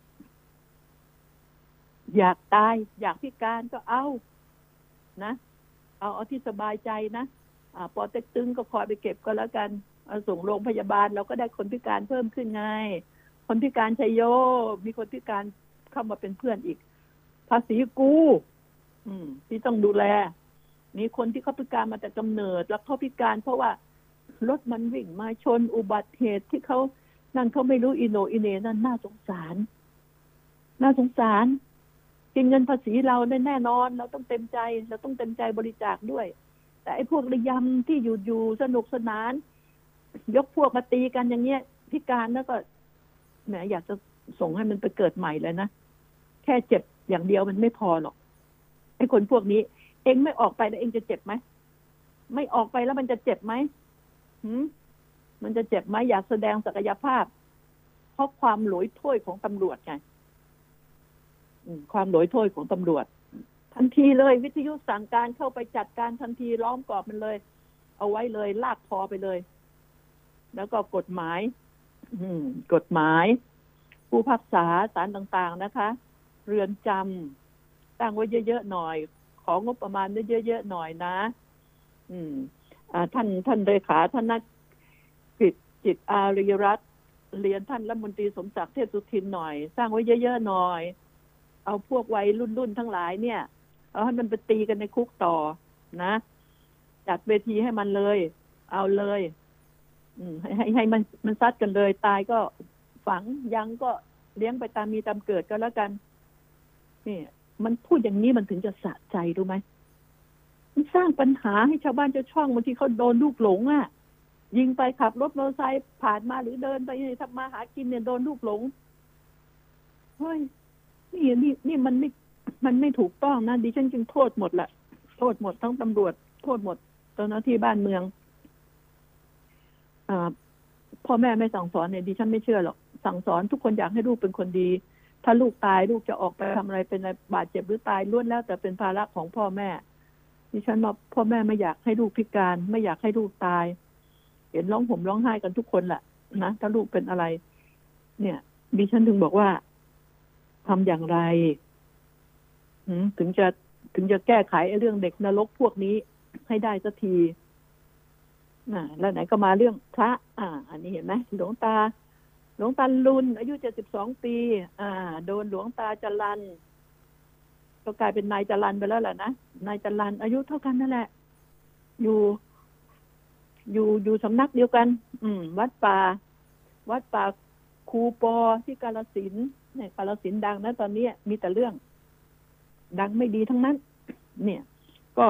อยากตายอยากพิการก็เอานะเอาเอาที่สบายใจนะอ่าปอเต็กตึงก็คอยไปเก็บก็แล้วกันเอาส่งโรงพยาบาลเราก็ได้คนพิการเพิ่มขึ้นไงคนพิการชัยโยมีคนพิการเข้ามาเป็นเพื่อนอีกภาษีกูอืมที่ต้องดูแลมีคนที่เขาพิการมาแต่กำเนิดแล้วเขาพิการเพราะว่ารถมันวิ่งมาชนอุบัติเหตุที่เขานั่นเขาไม่รู้อิโนอิเนนั่นน่าสงสารน่าสงสารกินเงินภาษีเราแน่นอนเราต้องเต็มใจเราต้องเต็มใจบริจาคด้วยแต่ไอ้พวกระยำที่อยู่อยู่สนุกสนานยกพวกมาตีกันอย่างเงี้ยพิการแล้วก็แหมอยากจะส่งให้มันไปเกิดใหม่เลยนะแค่เจ็บอย่างเดียวมันไม่พอหรอกไอ้คนพวกนี้เองไม่ออกไปแล้วเองจะเจ็บไหมไม่ออกไปแล้วมันจะเจ็บไหมหืมมันจะเจ็บไหมอยากแสดงศักยภาพเพราะความหลอยถ้วยของตำรวจไงความหลอยถ้วยของตำรวจทันทีเลยวิทยุสั่งการเข้าไปจัดการทันทีล้อมกรอบมันเลยเอาไว้เลยลากคอไปเลยแล้วก็กฎหมายกฎหมายผู้พิพากษาศาลต่างๆนะคะเรือนจำตั้งไว้เยอะๆหน่อยของงบประมาณเยอะๆหน่อยนะอืมอ่าท่านท่านเลขาท่านนักกิจจิตอารีรัตน์เรียนท่านรัฐมนตรีสมศักดิ์เทพสุทินหน่อยสร้างไว้เยอะๆหน่อยเอาพวกวัยรุ่นๆทั้งหลายเนี่ยเอาให้มันไปตีกันในคุกต่อนะจัดเวทีให้มันเลยเอาเลยอืมให้ให้ให้มันมันซัดกันเลยตายก็ฝังยังก็เลี้ยงไปตามมีตามเกิดก็แล้วกันนี่มันพูดอย่างนี้มันถึงจะสะใจรู้ไหมมันสร้างปัญหาให้ชาวบ้านชาวช่องบางทีเขาโดนลูกหลงอ่ะยิงไปขับรถมอเตอร์ไซค์ผ่านมาหรือเดินไปทำมาหากินเนี่ยโดนลูกหลงเฮ้ยนี่นี่นี่มันไม่มันไม่ถูกต้องนะดิฉันจึงโทษหมดแหละโทษหมดทั้งตำรวจโทษหมดเจ้าหน้าที่บ้านเมืองอ่าพ่อแม่ไม่สั่งสอนเนี่ยดิฉันไม่เชื่อหรอกสั่งสอนทุกคนอยากให้ลูกเป็นคนดีถ้าลูกตายลูกจะออกไปทำอะไรเป็นอะไรบาดเจ็บหรือตายล้วนแล้วแต่เป็นภาระของพ่อแม่ดิฉันว่าพ่อแม่ไม่อยากให้ลูกพิการไม่อยากให้ลูกตายเห็นร้องห่มร้องไห้กันทุกคนแหละนะถ้าลูกเป็นอะไรเนี่ยดิฉันถึงบอกว่าทำอย่างไรถึงจะถึงจะแก้ไขเรื่องเด็กนรกพวกนี้ให้ได้สักทีน่ะแล้วไหนก็มาเรื่องพระอ่าอันนี้เห็นไหมหลวงตาหลวงตาลุนอายุเจ็ดสิบสองปีอ่าโดนหลวงตาจรัญก็กลายเป็นนายจรัญไปแล้วแหละนะนายจรัญอายุเท่ากันนั่นแหละอยู่อยู่อยู่สำนักเดียวกันอืมวัดป่าวัดป่าครูปอที่กาฬสินธุ์เนี่ยกาฬสินธุ์ดังนะตอนนี้มีแต่เรื่องดังไม่ดีทั้งนั้นเนี่ยก็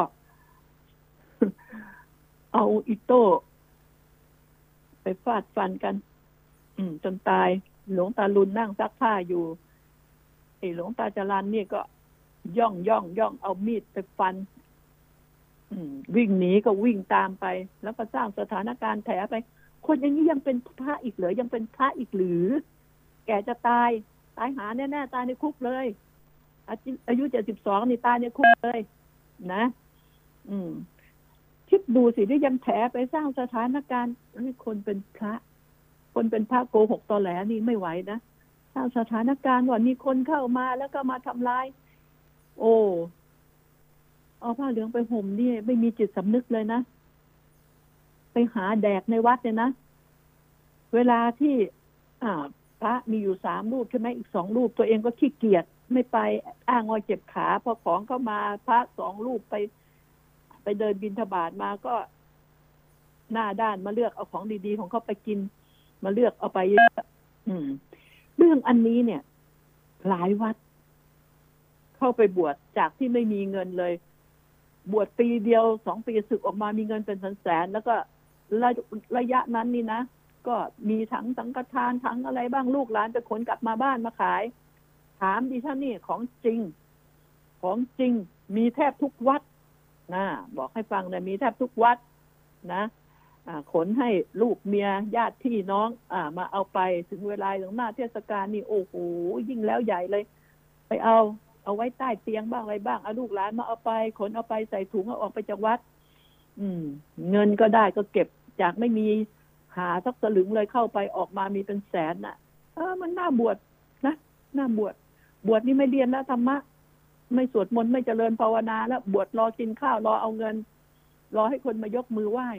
เอาอิโต้ไปฟาดฟันกันอืมจนตายหลวงตาลุนนั่งซักผ้าอยู่ไอ้หลวงตาจรัญนี่ก็ย่องย่องย่องเอามีดไปฟันอืมวิ่งหนีก็วิ่งตามไปแล้วก็สร้างสถานการณ์แถไปคนอย่างนี้ยังเป็นพระอีกเหรอยังเป็นพระอีกหรือแกจะตายตายหาแน่ๆตายในคุกเลยอายุเจ็ดสิบสองนี่ตายในคุกเลยนะอืมคิดดูสิที่ยังแถไปสร้างสถานการณ์ให้คนเป็นพระคนเป็นพระโกหกตอแหลนี่ไม่ไหวนะสร้างสถานการณ์ว่ามีคนเข้ามาแล้วก็มาทำร้ายโอ้เอาผ้าเหลืองไปห่มนี่ไม่มีจิตสำนึกเลยนะไปหาแดกในวัดเนี่ยนะเวลาที่อ่าพระมีอยู่สามรูปใช่ไหมอีกสองรูปตัวเองก็ขี้เกียจไม่ไปอ้างว่าเจ็บขาพอของเข้ามาพระสองรูปไปไปเดินบิณฑบาตมาก็หน้าด้านมาเลือกเอาของดีๆของเขาไปกินมาเลือกเอาไปเยอะอืมเรื่องอันนี้เนี่ยหลายวัดเข้าไปบวชจากที่ไม่มีเงินเลยบวชปีเดียวสองปีสึกออกมามีเงินเป็นแสนๆแล้วก็ระระยะนั้นนี่นะก็มีทั้งสังฆทานทั้งอะไรบ้างลูกหลานไปขนกลับมาบ้านมาขายถามดิฉันนี่ของจริงของจริงมีแทบทุกวัดนะบอกให้ฟังนะมีแทบทุกวัดนะขนให้ลูกเมียญาติพี่น้องอ่ามาเอาไปถึงเวลาหลังหน้าเทศกาลนี่โอ้โหยิ่งแล้วใหญ่เลยไปเอาเอาไว้ใต้เตียงบ้างอะไรบ้างเอาลูกหลานมาเอาไปขนเอาไปใส่ถุงเอาออกไปจากวัดอืมเงินก็ได้ก็เก็บจากไม่มีหาสักสลึงเลยเข้าไปออกมามีเป็นแสนน่ะเออมันน่าบวชนะน่าบวชบวชนี่ไม่เรียนแล้วธรรมะไม่สวดมนต์ไม่เจริญภาวนาแล้วบวชรอกินข้าวรอเอาเงินรอให้คนมายกมือไหว้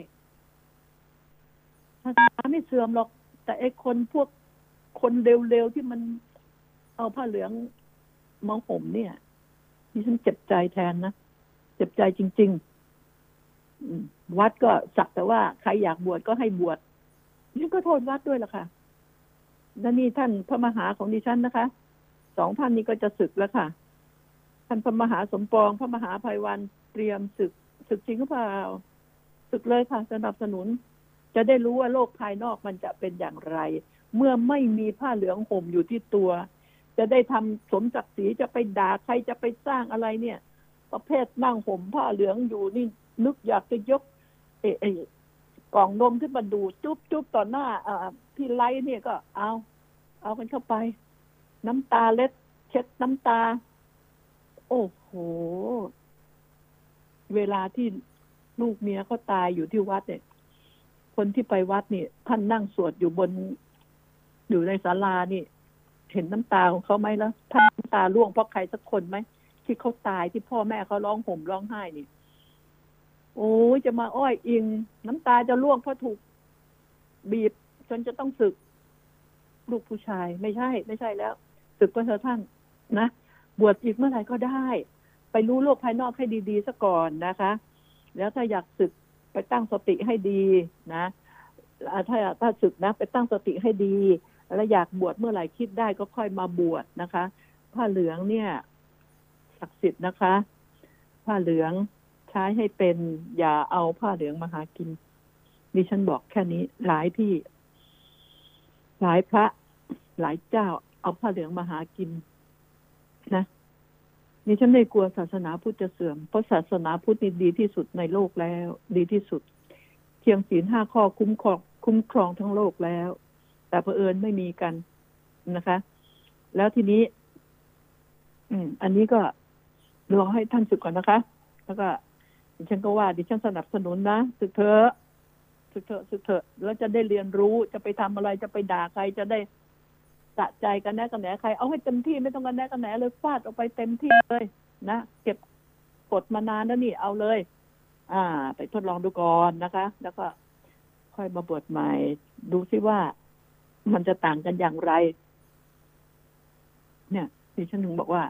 ศาสนาไม่เสื่อมหรอกแต่ไอ้คนพวกคนเร็วๆที่มันเอาผ้าเหลืองมาห่มเนี่ยนี่ฉันเจ็บใจแทนนะเจ็บใจจริงๆวัดก็สักแต่ว่าใครอยากบวชก็ให้บวชนี่ก็โทษวัดด้วยล่ะค่ะและนี่ท่านพระมหาของดิฉันนะคะสองท่านนี้ก็จะสึกแล้วค่ะท่านพระมหาสมปองพระมหาภัยวันเตรียมสึกสึกจริงหรือเปล่าสึกเลยค่ะสนับสนุนจะได้รู้ว่าโลกภายนอกมันจะเป็นอย่างไรเมื่อไม่มีผ้าเหลืองห่มอยู่ที่ตัวจะได้ทำสมศักดิ์ศรีจะไปด่าใครจะไปสร้างอะไรเนี่ยประเภทนั่งห่มผ้าเหลืองอยู่นี่นึกอยากจะยกเอเอกล่องนมขึ้นมาดูจุ๊บจุ๊บต่อหน้าอ่าพี่ไลท์เนี่ยก็เอาเอากันเข้าไปน้ำตาเล็ดเช็ดน้ำตาโอ้โหเวลาที่ลูกเมียเขาตายอยู่ที่วัดเนี่ยคนที่ไปวัดนี่ท่านนั่งสวดอยู่บนอยู่ในศาลานี่เห็นน้ำตาของเขาไหมแล้วท่านน้ำตาร่วงเพราะใครสักคนไหมที่เขาตายที่พ่อแม่เขาร้องห่มร้องไห้นี่โอ้ยจะมาอ้อยอิงน้ำตาจะร่วงเพราะถูกบีบจนจะต้องสึกลูกผู้ชายไม่ใช่ไม่ใช่แล้วสึกก็เถอะท่านนะบวชอีกเมื่อไหร่ก็ได้ไปรู้โลกภายนอกให้ดีๆซะก่อนนะคะแล้วถ้าอยากสึกไปตั้งสติให้ดีนะถ้าถ้าสึกนะไปตั้งสติให้ดีแล้วอยากบวชเมื่อไหร่คิดได้ก็ค่อยมาบวชนะคะผ้าเหลืองเนี่ยศักดิ์สิทธิ์นะคะผ้าเหลืองใช้ให้เป็นอย่าเอาผ้าเหลืองมาหากินดิฉันบอกแค่นี้หลายที่หลายพระหลายเจ้าเอาผ้าเหลืองมาหากินนะดิฉันไม่กลัวศาสนาพุทธจะเสื่อมเพราะศาสนาพุทธนี่ดีที่สุดในโลกแล้วดีที่สุดเพียงศีลห้าข้อคุ้มครองคุ้มครองทั้งโลกแล้วแต่เผอิญไม่มีกันนะคะแล้วทีนี้อืมอันนี้ก็รอให้ท่านสึกก่อนนะคะแล้วก็ดิฉันก็ว่าดิฉันสนับสนุนนะสึกเถอะสึกเถอะสึกเถอะแล้วจะได้เรียนรู้จะไปทำอะไรจะไปด่าใครจะได้สะใจกันแน่กันแหนใครเอาให้เต็มที่ไม่ต้องกันแน่กันแหนเลยฟาดออกไปเต็มที่เลยนะเก็บกดมานานแล้วนี่เอาเลยอ่าไปทดลองดูก่อนนะคะแล้วก็ค่อยมาบวชใหม่ดูซิว่ามันจะต่างกันอย่างไรเนี่ยดิฉันถึงบอกว่า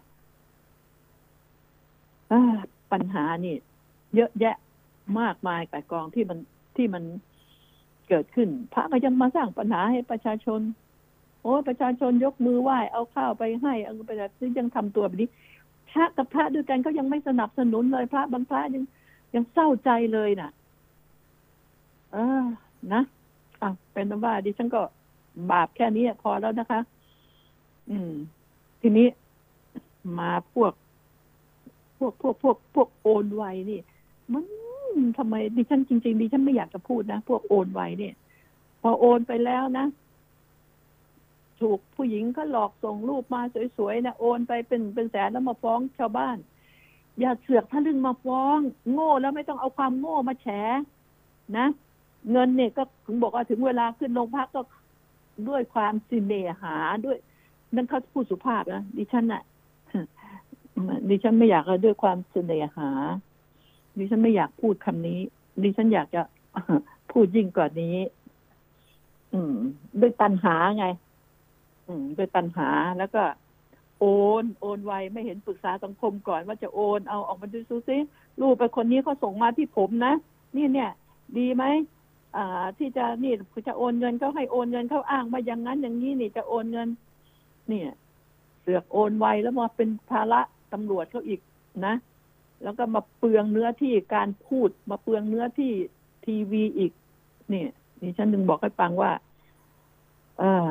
ปัญหานี่เยอะแยะมากมายก่ายกองที่มันที่มันเกิดขึ้นพระก็ยังมาสร้างปัญหาให้ประชาชนโอ้ประชาชนยกมือไหว้เอาข้าวไปให้เอาไปแบบนี้ยังทำตัวแบบนี้พระกับพระด้วยกันก็ยังไม่สนับสนุนเลยพระบางพระยังยังเศร้าใจเลยน่ะเออนะอ่ะเป็นว่าดิฉันก็บาปแค่นี้พอแล้วนะคะอืมทีนี้มาพวกพวกพวกพวกพวกโอนไวนี่มันทำไมดิฉันจริงๆดิฉันไม่อยากจะพูดนะพวกโอนไวเนี่ยพอโอนไปแล้วนะถูกผู้หญิงก็หลอกส่งรูปมาสวยๆนะโอนไปเป็นเป็นแสนแล้วมาฟ้องชาวบ้านอย่าเสือกทะลึ่งมาฟ้องโง่แล้วไม่ต้องเอาความโง่มาแฉนะเงินเนี่ยก็ถึงบอกว่าถึงเวลาขึ้นโรงพักก็ด้วยความสิเนหาด้วยนั่นเขาพูดสุภาพนะดิฉันน่ะดิฉันไม่อยากด้วยความเสน่หาดิฉันไม่อยากพูดคำนี้ดิฉันอยากจะพูดยิ่งกว่านี้ อืมด้วยตัณหาไงอืมด้วยตัณหาแล้วก็โอนโอนไวไม่เห็นปรึกษาสังคมก่อนว่าจะโอนเอาออกมาดูซูซิรูปไปคนนี้เขาส่งมาที่ผมนะนี่เนี่ยดีไหมอ่าที่จะนี่จะโอนเงินเขาให้โอนเงินเขาอ้างมาอย่างนั้นอย่างนี้นี่จะโอนเงินเนี่ยเสือกโอนไวแล้วมาเป็นภาระตำรวจเขาอีกนะแล้วก็มาเปลืองเนื้อที่การพูดมาเปลืองเนื้อที่ทีวีอีกเนี่ยนี่ฉันถึงบอกให้ฟังว่าเออ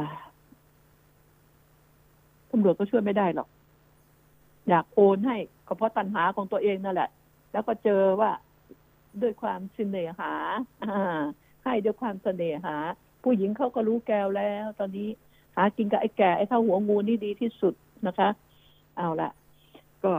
ตำรวจก็ช่วยไม่ได้หรอกอยากโอนให้ก็เพราะตัณหาของตัวเองนั่นแหละแล้วก็เจอว่าด้วยความเสน่หาให้ด้วยความเสน่หาผู้หญิงเขาก็รู้แก้วแล้วตอนนี้หากินกับไอ้แก่ไอ้เท่าหัวงูนี่ดีที่สุดนะคะเอาละก็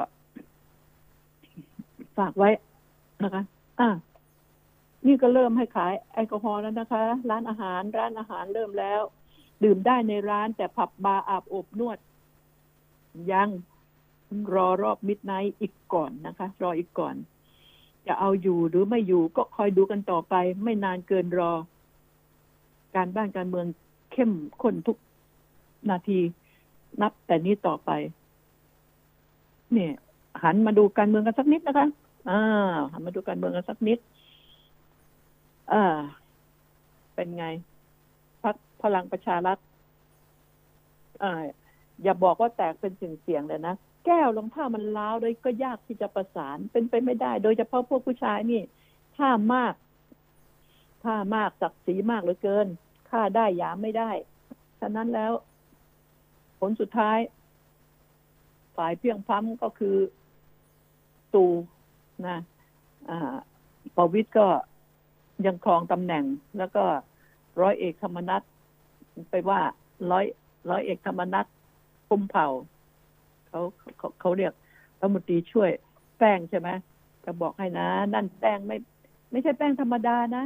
ฝากไว้นะคะอ่ะนี่ก็เริ่มให้ขายแอลกอฮอล์แล้วนะคะร้านอาหารร้านอาหารเริ่มแล้วดื่มได้ในร้านแต่ผับบาร์อาบอบนวดยังรอรอบมิดไนท์อีกก่อนนะคะรออีกก่อนจะเอาอยู่หรือไม่อยู่ก็คอยดูกันต่อไปไม่นานเกินรอการบ้านการเมืองเข้มข้นทุกนาทีนับแต่นี้ต่อไปเนี่ยหันมาดูการเมืองกันสักนิดนะคะอ่าหันมาดูการเมืองกันสักนิดอ่าเป็นไงพรรคพลังประชารัฐอ่าอย่าบอกว่าแตกเป็นเสียงๆเลยนะแก้วรองเท้ามันล้าวเลยก็ยากที่จะประสานเป็นไปไม่ได้โดยเฉพาะพวกผู้ชายนี่ท่ามากท่ามากศักดิ์ศรีมากเหลือเกินฆ่าได้หยามไม่ได้ฉะนั้นแล้วผลสุดท้ายฝ่ายเพียงพล้ำก็คือตู่นะอ่าประวิตรก็ยังครองตำแหน่ง แล้วก็ร้อยเอกธรรมนัสไปว่าร้อยร้อยเอกธรรมนัสพุ่มเผ่าเขาเขาเขาเรียกรัฐมนตรีช่วยแป้งใช่ไหมจะบอกให้นะนั่นแป้งไม่ไม่ใช่แป้งธรรมดานะ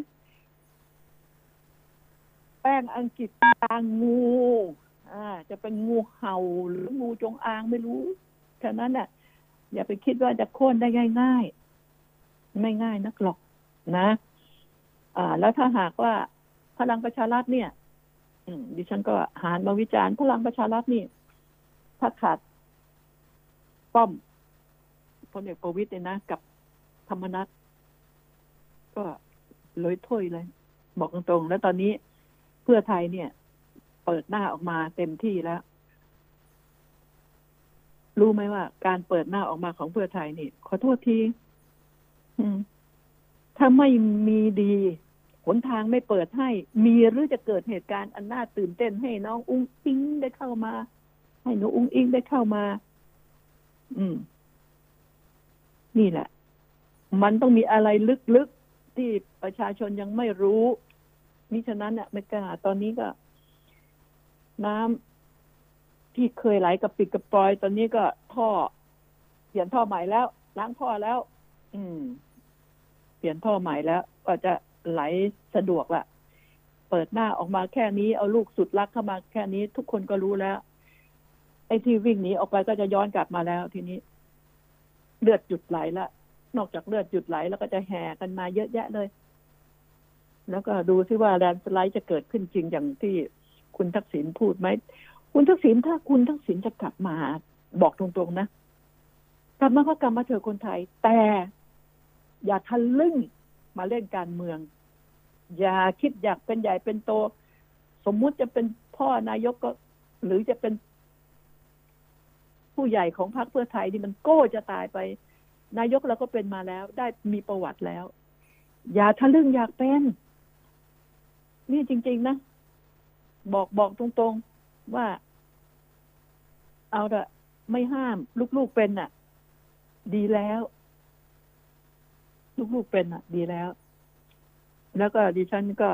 แป้งอังกฤษตางูอ่าจะเป็นงูเห่าหรืองูจงอางไม่รู้ฉะนั้นน่ะอย่าไปคิดว่าจะโค่นได้ง่ายๆไม่ง่ายนักหรอกนะอ่าแล้วถ้าหากว่าพลังประชารัฐเนี่ยดิฉันก็หารมาวิจารณ์พลังประชารัฐนี่ถ้าขาดป้อมพลเอกประวิตรเนี่ยนะกับธรรมนัสก็เลยถ้วยเลยบอกตรงๆแล้วตอนนี้เพื่อไทยเนี่ยเปิดหน้าออกมาเต็มที่แล้วรู้ไหมว่าการเปิดหน้าออกมาของเพื่อไทยนี่ขอโทษทีถ้าไม่มีดีหนทางไม่เปิดให้มีหรือจะเกิดเหตุการณ์อันน่าตื่นเต้นให้น้องอุ้งอิงได้เข้ามาให้หนูอุ้งอิงได้เข้ามาอืมนี่แหละมันต้องมีอะไรลึกๆที่ประชาชนยังไม่รู้มิฉะนั้นเนี่ยไม่กล้าตอนนี้ก็น้ำที่เคยไหลกับปิดกับปลอยตอนนี้ก็ท่อเปลี่ยนท่อใหม่แล้วล้างท่อแล้วอืมเปลี่ยนท่อใหม่แล้วก็จะไหลสะดวกละเปิดหน้าออกมาแค่นี้เอาลูกสุดรักเข้ามาแค่นี้ทุกคนก็รู้แล้วไอ้ที่วิ่งหนีออกไปก็จะย้อนกลับมาแล้วทีนี้เลือดหยุดไหลละนอกจากเลือดหยุดไหลแล้วก็จะแห่กันมาเยอะแยะเลยแล้วก็ดูซิว่าแลนด์สไลด์จะเกิดขึ้นจริงอย่างที่คุณทักษิณพูดไหมคุณทักษิณถ้าคุณทักษิณจะกลับมาบอกตรงๆนะกลับมาก็กลับมาเถอะคนไทยแต่อย่าทะลึ่งมาเล่นการเมืองอย่าคิดอยากเป็นใหญ่เป็นโตสมมุติจะเป็นพ่อนายกก็หรือจะเป็นผู้ใหญ่ของพรรคเพื่อไทยที่มันโก้จะตายไปนายกเราก็เป็นมาแล้วได้มีประวัติแล้วอย่าทะลึ่งอยากเป็นนี่จริงๆนะบอกบอกตรงๆว่าเอาละไม่ห้ามลูกๆเป็นน่ะดีแล้วลูกๆเป็นอ่ะดีแล้วแล้วก็ดิฉันก็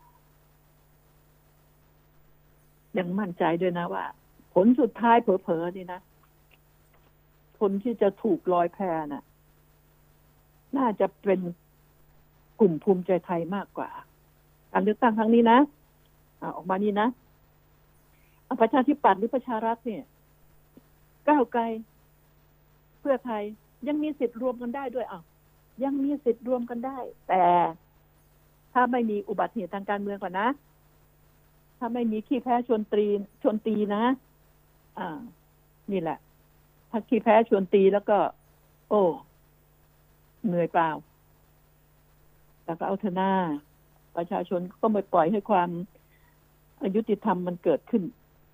ยังมั่นใจด้วยนะว่าผลสุดท้ายเผลอๆนี่นะคนที่จะถูกลอยแพน่ะน่าจะเป็นกลุ่มภูมิใจไทยมากกว่าการเลือกตั้งครั้งนี้นะออกมานี่นะประชาธิปัตย์หรือประชารัฐเนี่ยก้าวไกลเพื่อไทยยังมีสิทธิ์รวมกันได้ด้วยอ่ะยังมีสิทธิ์รวมกันได้แต่ถ้าไม่มีอุบัติเหตุทางการเมืองก่อนนะถ้าไม่มีขี้แพ้ชวนตีชวนตีนะอ่านี่แหละถ้าขี้แพ้ชวนตีแล้วก็โอ้เหนื่อยเปล่าแต่ก็เอาเถอะหน้าประชาชนก็ไม่ปล่อยให้ความอยุติธรรมมันเกิดขึ้น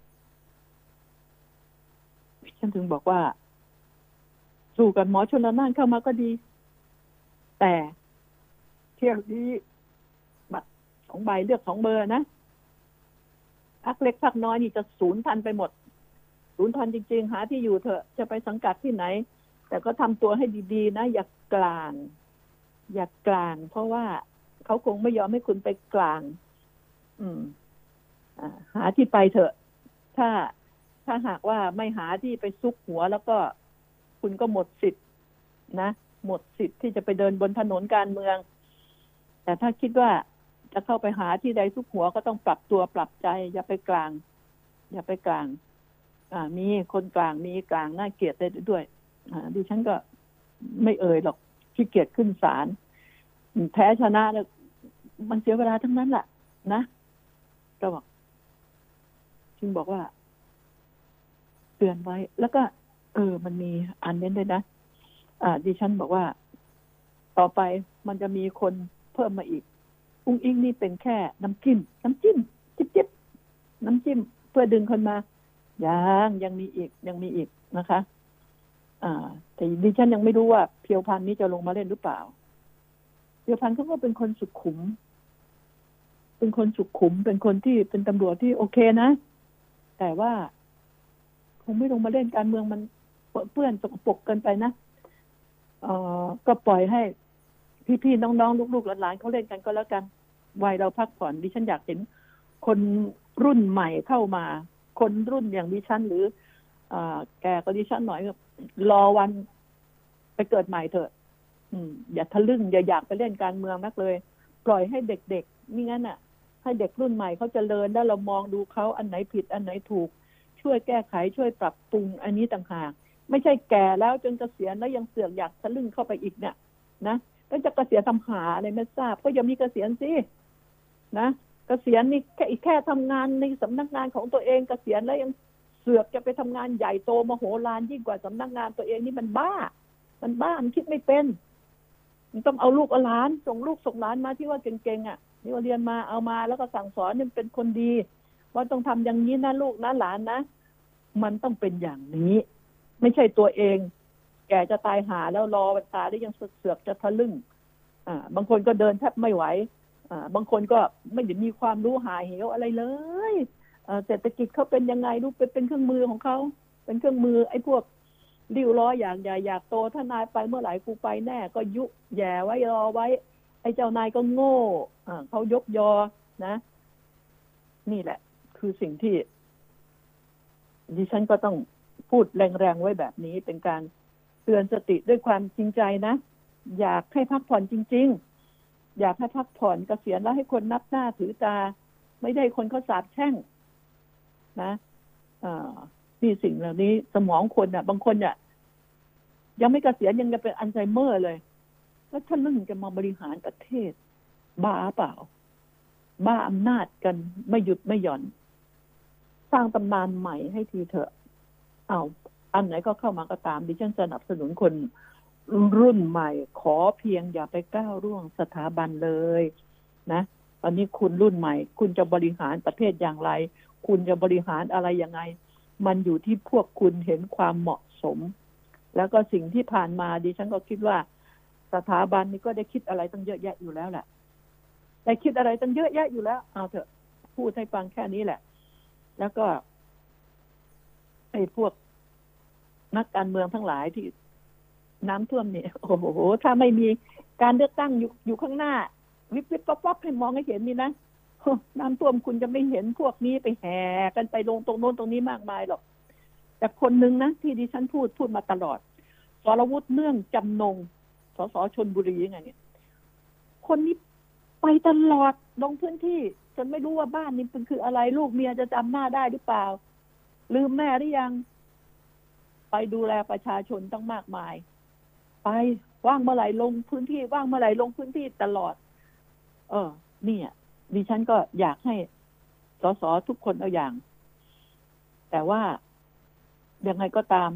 ฉันถึงบอกว่าสู้กันหมอชลน่านเข้ามาก็ดีแต่เที่ยวนี้บัตรสองใบเลือกสองเบอร์นะพรรคเล็กพรรคน้อยนี่จะสูญพันธุ์ไปหมดสูญพันธุ์จริงๆหาที่อยู่เถอะจะไปสังกัดที่ไหนแต่ก็ทำตัวให้ดีๆนะอย่ากลางอย่ากลางเพราะว่าเขาคงไม่ยอมให้คุณไปกลางอืมอ่าหาที่ไปเถอะถ้าถ้าหากว่าไม่หาที่ไปซุกหัวแล้วก็คุณก็หมดสิทธิ์นะหมดสิทธิ์ที่จะไปเดินบนถนนการเมืองแต่ถ้าคิดว่าจะเข้าไปหาที่ใดซุกหัวก็ต้องปรับตัวปรับใจอย่าไปกลางอย่าไปกลางอ่ามีคนกลางมีกลางน่าเกลียดได้ด้วยอ่าดิฉันก็ไม่เอ่ยหรอกที่เกลียดขึ้นศาลแพ้ชนะแล้วมันเสียเวลาทั้งนั้นแหละนะก็บอกจึงบอกว่าเตือนไว้แล้วก็เออมันมีอันนี้ด้วยนะอ่าดิฉันบอกว่าต่อไปมันจะมีคนเพิ่มมาอีกอุ้งอิงนี่เป็นแค่น้ำจิ้มน้ำจิ้มจิ๊บจิ๊บน้ำจิ้มเพื่อดึงคนมายังยังมีอีกยังมีอีกนะคะอ่าแต่ดิฉันยังไม่รู้ว่าเพียวพันธุ์นี้จะลงมาเล่นหรือเปล่าเพียวพันธุ์เขาก็เป็นคนสุขุมเป็นคนสุขุมเป็นคนที่เป็นตำรวจที่โอเคนะแต่ว่าคงไม่ลงมาเล่นการเมืองมันเปื้อนสกปรกเกินไปนะเอ่อก็ปล่อยให้พี่ๆน้องๆลูกๆหลานๆเขาเล่นกันก็แล้วกันวัยเราพักผ่อนดิฉันอยากเห็นคนรุ่นใหม่เข้ามาคนรุ่นอย่างดิฉันหรืออ่าแกก็ดิฉันหน่อยรอวันไปเกิดใหม่เถอะอืมอย่าทะลึ่งอย่าอยากไปเล่นการเมืองนักเลยปล่อยให้เด็กๆนี่งั้นอ่ะให้เด็กรุ่นใหม่เขาเจริญแล้วเรามองดูเขาอันไหนผิดอันไหนถูกช่วยแก้ไขช่วยปรับปรุงอันนี้ต่างหากไม่ใช่แก่แล้วจนเกษียณแล้วยังเสือกอยากทะลึ่งเข้าไปอีกเนี่ยนะแล้วจะเกษียณทำหาอะไรไม่ทราบก็อย่ามีเกษียณสินะเกษียณนี่แค่แค่ทำงานในสำนักงานของตัวเองเกษียณแล้วยังเสือกจะไปทำงานใหญ่โตมโหฬารยิ่งกว่าสำนักงานตัวเองนี่มันบ้ามันบ้ามันคิดไม่เป็นมันต้องเอาลูกเอาหลานส่งลูกส่งหลานมาที่ว่าเก่งๆอ่ะนี่ว่าเรียนมาเอามาแล้วก็สั่งสอนนี่เป็นคนดีว่าต้องทำอย่างนี้นะลูกนะหลานนะมันต้องเป็นอย่างนี้ไม่ใช่ตัวเองแกจะตายหาแล้วรอวันตายได้ยังเสือกจะทะลึ่งอ่าบางคนก็เดินแทบไม่ไหวอ่าบางคนก็ไม่ได้มีความรู้หาเหวอะไรเลยอ่าเศรษฐกิจเขาเป็นยังไงรู้เป็นเป็นเครื่องมือของเขาเป็นเครื่องมือไอ้พวกริ้วล้ออย่างใหญ่อยากโตถ้านายไปเมื่อไหร่กูไปแน่ก็ยุแย่ไว้รอไว้ไอ้เจ้านายก็โง่อ่าเขายกยอนะนี่แหละคือสิ่งที่ดิฉันก็ต้องพูดแรงๆไว้แบบนี้เป็นการเตือนสติด้วยความจริงใจนะอยากให้พักผ่อนจริงๆอยากให้พักผ่อนเกษียณแล้วให้คนนับหน้าถือตาไม่ได้คนเขาสาปแช่งนะอ่านี่สิ่งเหล่านี้สมองคนอ่ะบางคนอ่ะยังไม่เกษียณยังจะเป็นอัลไซเมอร์เลยแล้วถ้าเรื่องจะมาบริหารประเทศบ้าเปล่าบ้าอำนาจกันไม่หยุดไม่หย่อนสร้างตำนานใหม่ให้ทีเถอะเอาอันไหนก็เข้ามาก็ตามดิฉันสนับสนุนคนรุ่นใหม่ขอเพียงอย่าไปก้าวล่วงสถาบันเลยนะตอนนี้คุณรุ่นใหม่คุณจะบริหารประเทศอย่างไรคุณจะบริหารอะไรยังไงมันอยู่ที่พวกคุณเห็นความเหมาะสมแล้วก็สิ่งที่ผ่านมาดิฉันก็คิดว่าสถาบันนี้ก็ได้คิดอะไรตั้งเยอะแยะอยู่แล้วแหละได้คิดอะไรตั้งเยอะแยะอยู่แล้วเอาเถอะพูดให้ฟังแค่นี้แหละแล้วก็ไอ้พวกนักการเมืองทั้งหลายที่น้ำท่วมเนี่ยโอ้โหถ้าไม่มีการเลือกตั้งอยู่อยู่ข้างหน้าวิบวิบป๊อปป๊อปให้มองให้เห็นนี่นะน้ำท่วมคุณจะไม่เห็นพวกนี้ไปแห่กันไปลงตรงโน้นตรงนี้มากมายหรอกแต่คนหนึ่งนะที่ดิฉันพูดพูดมาตลอดสรวุฒิเนื่องจำนงสสชลบุรียังไงเนี่ยคนนี้ไปตลอดลงพื้นที่จนไม่รู้ว่าบ้านนี้เป็นคืออะไรลูกเมียจะจำหน้าได้หรือเปล่าลืมแม่หรือยังไปดูแลประชาชนต้องมากมายไปว่างเมื่อไหร่ลงพื้นที่ว่างเมื่อไหร่ลงพื้นที่ตลอดเออเนี่ยดิฉันก็อยากให้สสทุกคนเอาอย่างแต่ว่ายังไงก็ตาม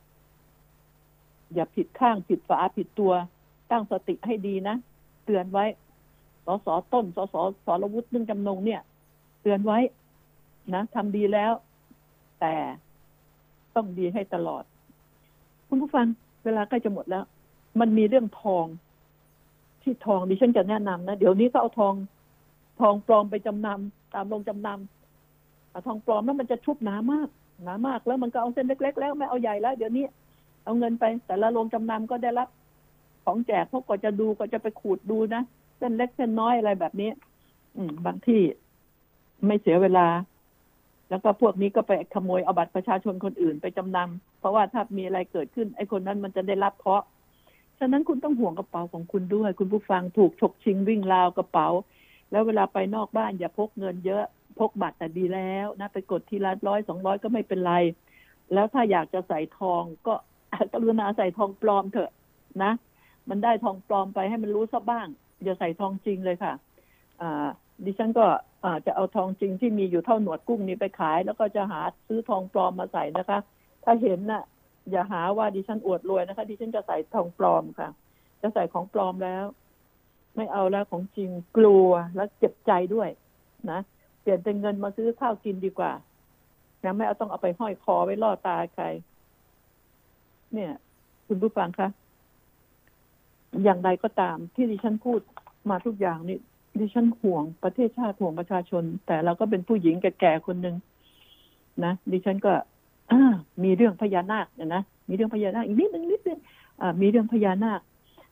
อย่าผิดข้างผิดฝาผิดตัวตั้งสติให้ดีนะเตือนไว้สสต้นสสสรวุฒิเนื่องจำนงเนี่ยเตือนไว้นะทำดีแล้วแต่ต้องดีให้ตลอดคุณผู้ฟังเวลาใกล้จะหมดแล้วมันมีเรื่องทองที่ทองดิฉันจะแนะนำนะเดี๋ยวนี้ก็เอาทองทองปลอมไปจำนำตามโรงจำนำทองปลอมแล้วมันจะชุบหนามากหนามากแล้วมันก็เอาเส้นเล็กๆแล้วไม่เอาใหญ่แล้วเดี๋ยวนี้เอาเงินไปแต่ละโรงจำนำก็ได้รับของแจกพวกก็จะดูก็จะไปขูดดูนะเส้นเล็กเส้นน้อยอะไรแบบนี้อืมบางที่ไม่เสียเวลาแล้วก็พวกนี้ก็ไปขโมยเอาบัตรประชาชนคนอื่นไปจำนำเพราะว่าถ้ามีอะไรเกิดขึ้นไอ้คนนั้นมันจะได้รับเคราะห์ฉะนั้นคุณต้องห่วงกระเป๋าของคุณด้วยคุณผู้ฟังถูกฉกชิงวิ่งราวกระเป๋าแล้วเวลาไปนอกบ้านอย่าพกเงินเยอะพกบัตรแต่ดีแล้วนะไปกดทีละร้อยสองร้อยก็ไม่เป็นไรแล้วถ้าอยากจะใส่ทองก็กรุณาใส่ทองปลอมเถอะนะมันได้ทองปลอมไปให้มันรู้ซะบ้างอย่าใส่ทองจริงเลยค่ะอ่าดิฉันก็อ่าจะเอาทองจริงที่มีอยู่เท่าหนวดกุ้งนี้ไปขายแล้วก็จะหาซื้อทองปลอมมาใส่นะคะถ้าเห็นน่ะอย่าหาว่าดิฉันอวดรวยนะคะดิฉันจะใส่ทองปลอมค่ะจะใส่ของปลอมแล้วไม่เอาแล้วของจริงกลัวและเจ็บใจด้วยนะเปลี่ยนเป็นเงินมาซื้อข้าวกินดีกว่านะไม่เอาต้องเอาไปห้อยคอไว้ล่อตาใครเนี่ยคุณผู้ฟังคะอย่างไรก็ตามที่ดิฉันพูดมาทุกอย่างนี่ดิฉันห่วงประเทศชาติห่วงประชาชนแต่เราก็เป็นผู้หญิงแก่ๆคนหนึ่งนะดิฉันก็มีเรื่องพญานาคเนี่ยนะมีเรื่องพญานาคอีกนิดนึงนิดนึงมีเรื่องพญานาค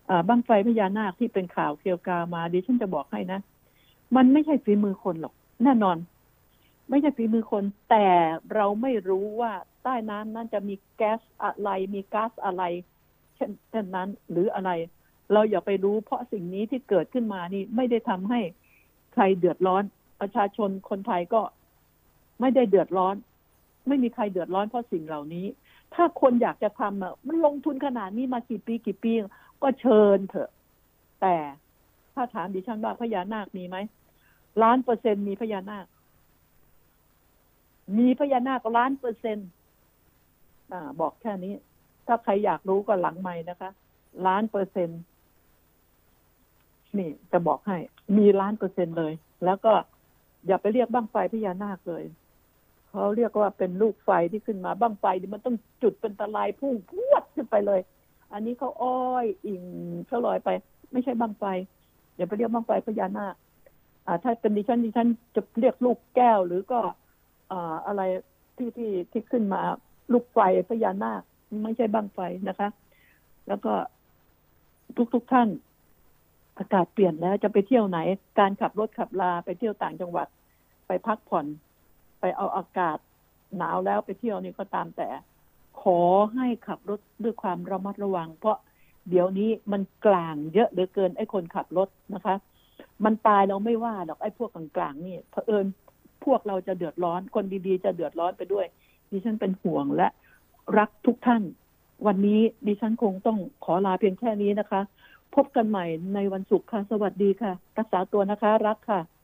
อ่าบั้งไฟพญานาคที่เป็นข่าวเกี่ยวกามาดิฉันจะบอกให้นะมันไม่ใช่ฝีมือคนหรอกแน่นอนไม่ใช่ฝีมือคนแต่เราไม่รู้ว่าใต้น้ำนั้นจะมีแก๊สอะไรมีก๊าซอะไรเช่นเช่นนั้นหรืออะไรเราอย่าไปรู้เพราะสิ่งนี้ที่เกิดขึ้นมานี่ไม่ได้ทำให้ใครเดือดร้อนประชาชนคนไทยก็ไม่ได้เดือดร้อนไม่มีใครเดือดร้อนเพราะสิ่งเหล่านี้ถ้าคนอยากจะทำอ่ะมันลงทุนขนาดนี้มากี่ปีกี่ปีก็เชิญเถอะแต่ถ้าถามดิฉันว่าพญานาคมีไหมล้านเปอร์เซ็นต์มีพญานาคมีพญานาคล้านเปอร์เซ็นต์อ่าบอกแค่นี้ถ้าใครอยากรู้ก็หลังไมค์นะคะล้านเปอร์เซ็นต์นี่จะบอกให้มีล้านเปอร์เซ็นต์เลยแล้วก็อย่าไปเรียกบั้งไฟพญานาคเลยเขาเรียกว่าเป็นลูกไฟที่ขึ้นมาบั้งไฟนี่มันต้องจุดเป็นตะไลพุ่งพรวดขึ้นไปเลยอันนี้เขาอ้อยอิงเขาลอยไปไม่ใช่บั้งไฟอย่าไปเรียกบั้งไฟพญานาคอ่าถ้าเป็นดิฉันดิฉันจะเรียกลูกแก้วหรือก็อ่าอะไรที่ที่ที่ขึ้นมาลูกไฟพญานาคไม่ใช่บั้งไฟนะคะแล้วก็ทุกทุกท่านอากาศเปลี่ยนแล้วจะไปเที่ยวไหนการขับรถขับลาไปเที่ยวต่างจังหวัดไปพักผ่อนไปเอาอากาศหนาวแล้วไปเที่ยวนี่ก็ตามแต่ขอให้ขับรถด้วยความระมัดระวังเพราะเดี๋ยวนี้มันกลางเยอะเหลือเกินไอ้คนขับรถนะคะมันตายเราไม่ว่าหรอกไอ้พวกกลางๆนี่เผอิญพวกเราจะเดือดร้อนคนดีๆจะเดือดร้อนไปด้วยดิฉันเป็นห่วงและรักทุกท่านวันนี้ดิฉันคงต้องขอลาเพียงแค่นี้นะคะพบกันใหม่ในวันศุกร์ค่ะสวัสดีค่ะรักษาตัวนะคะรักค่ะ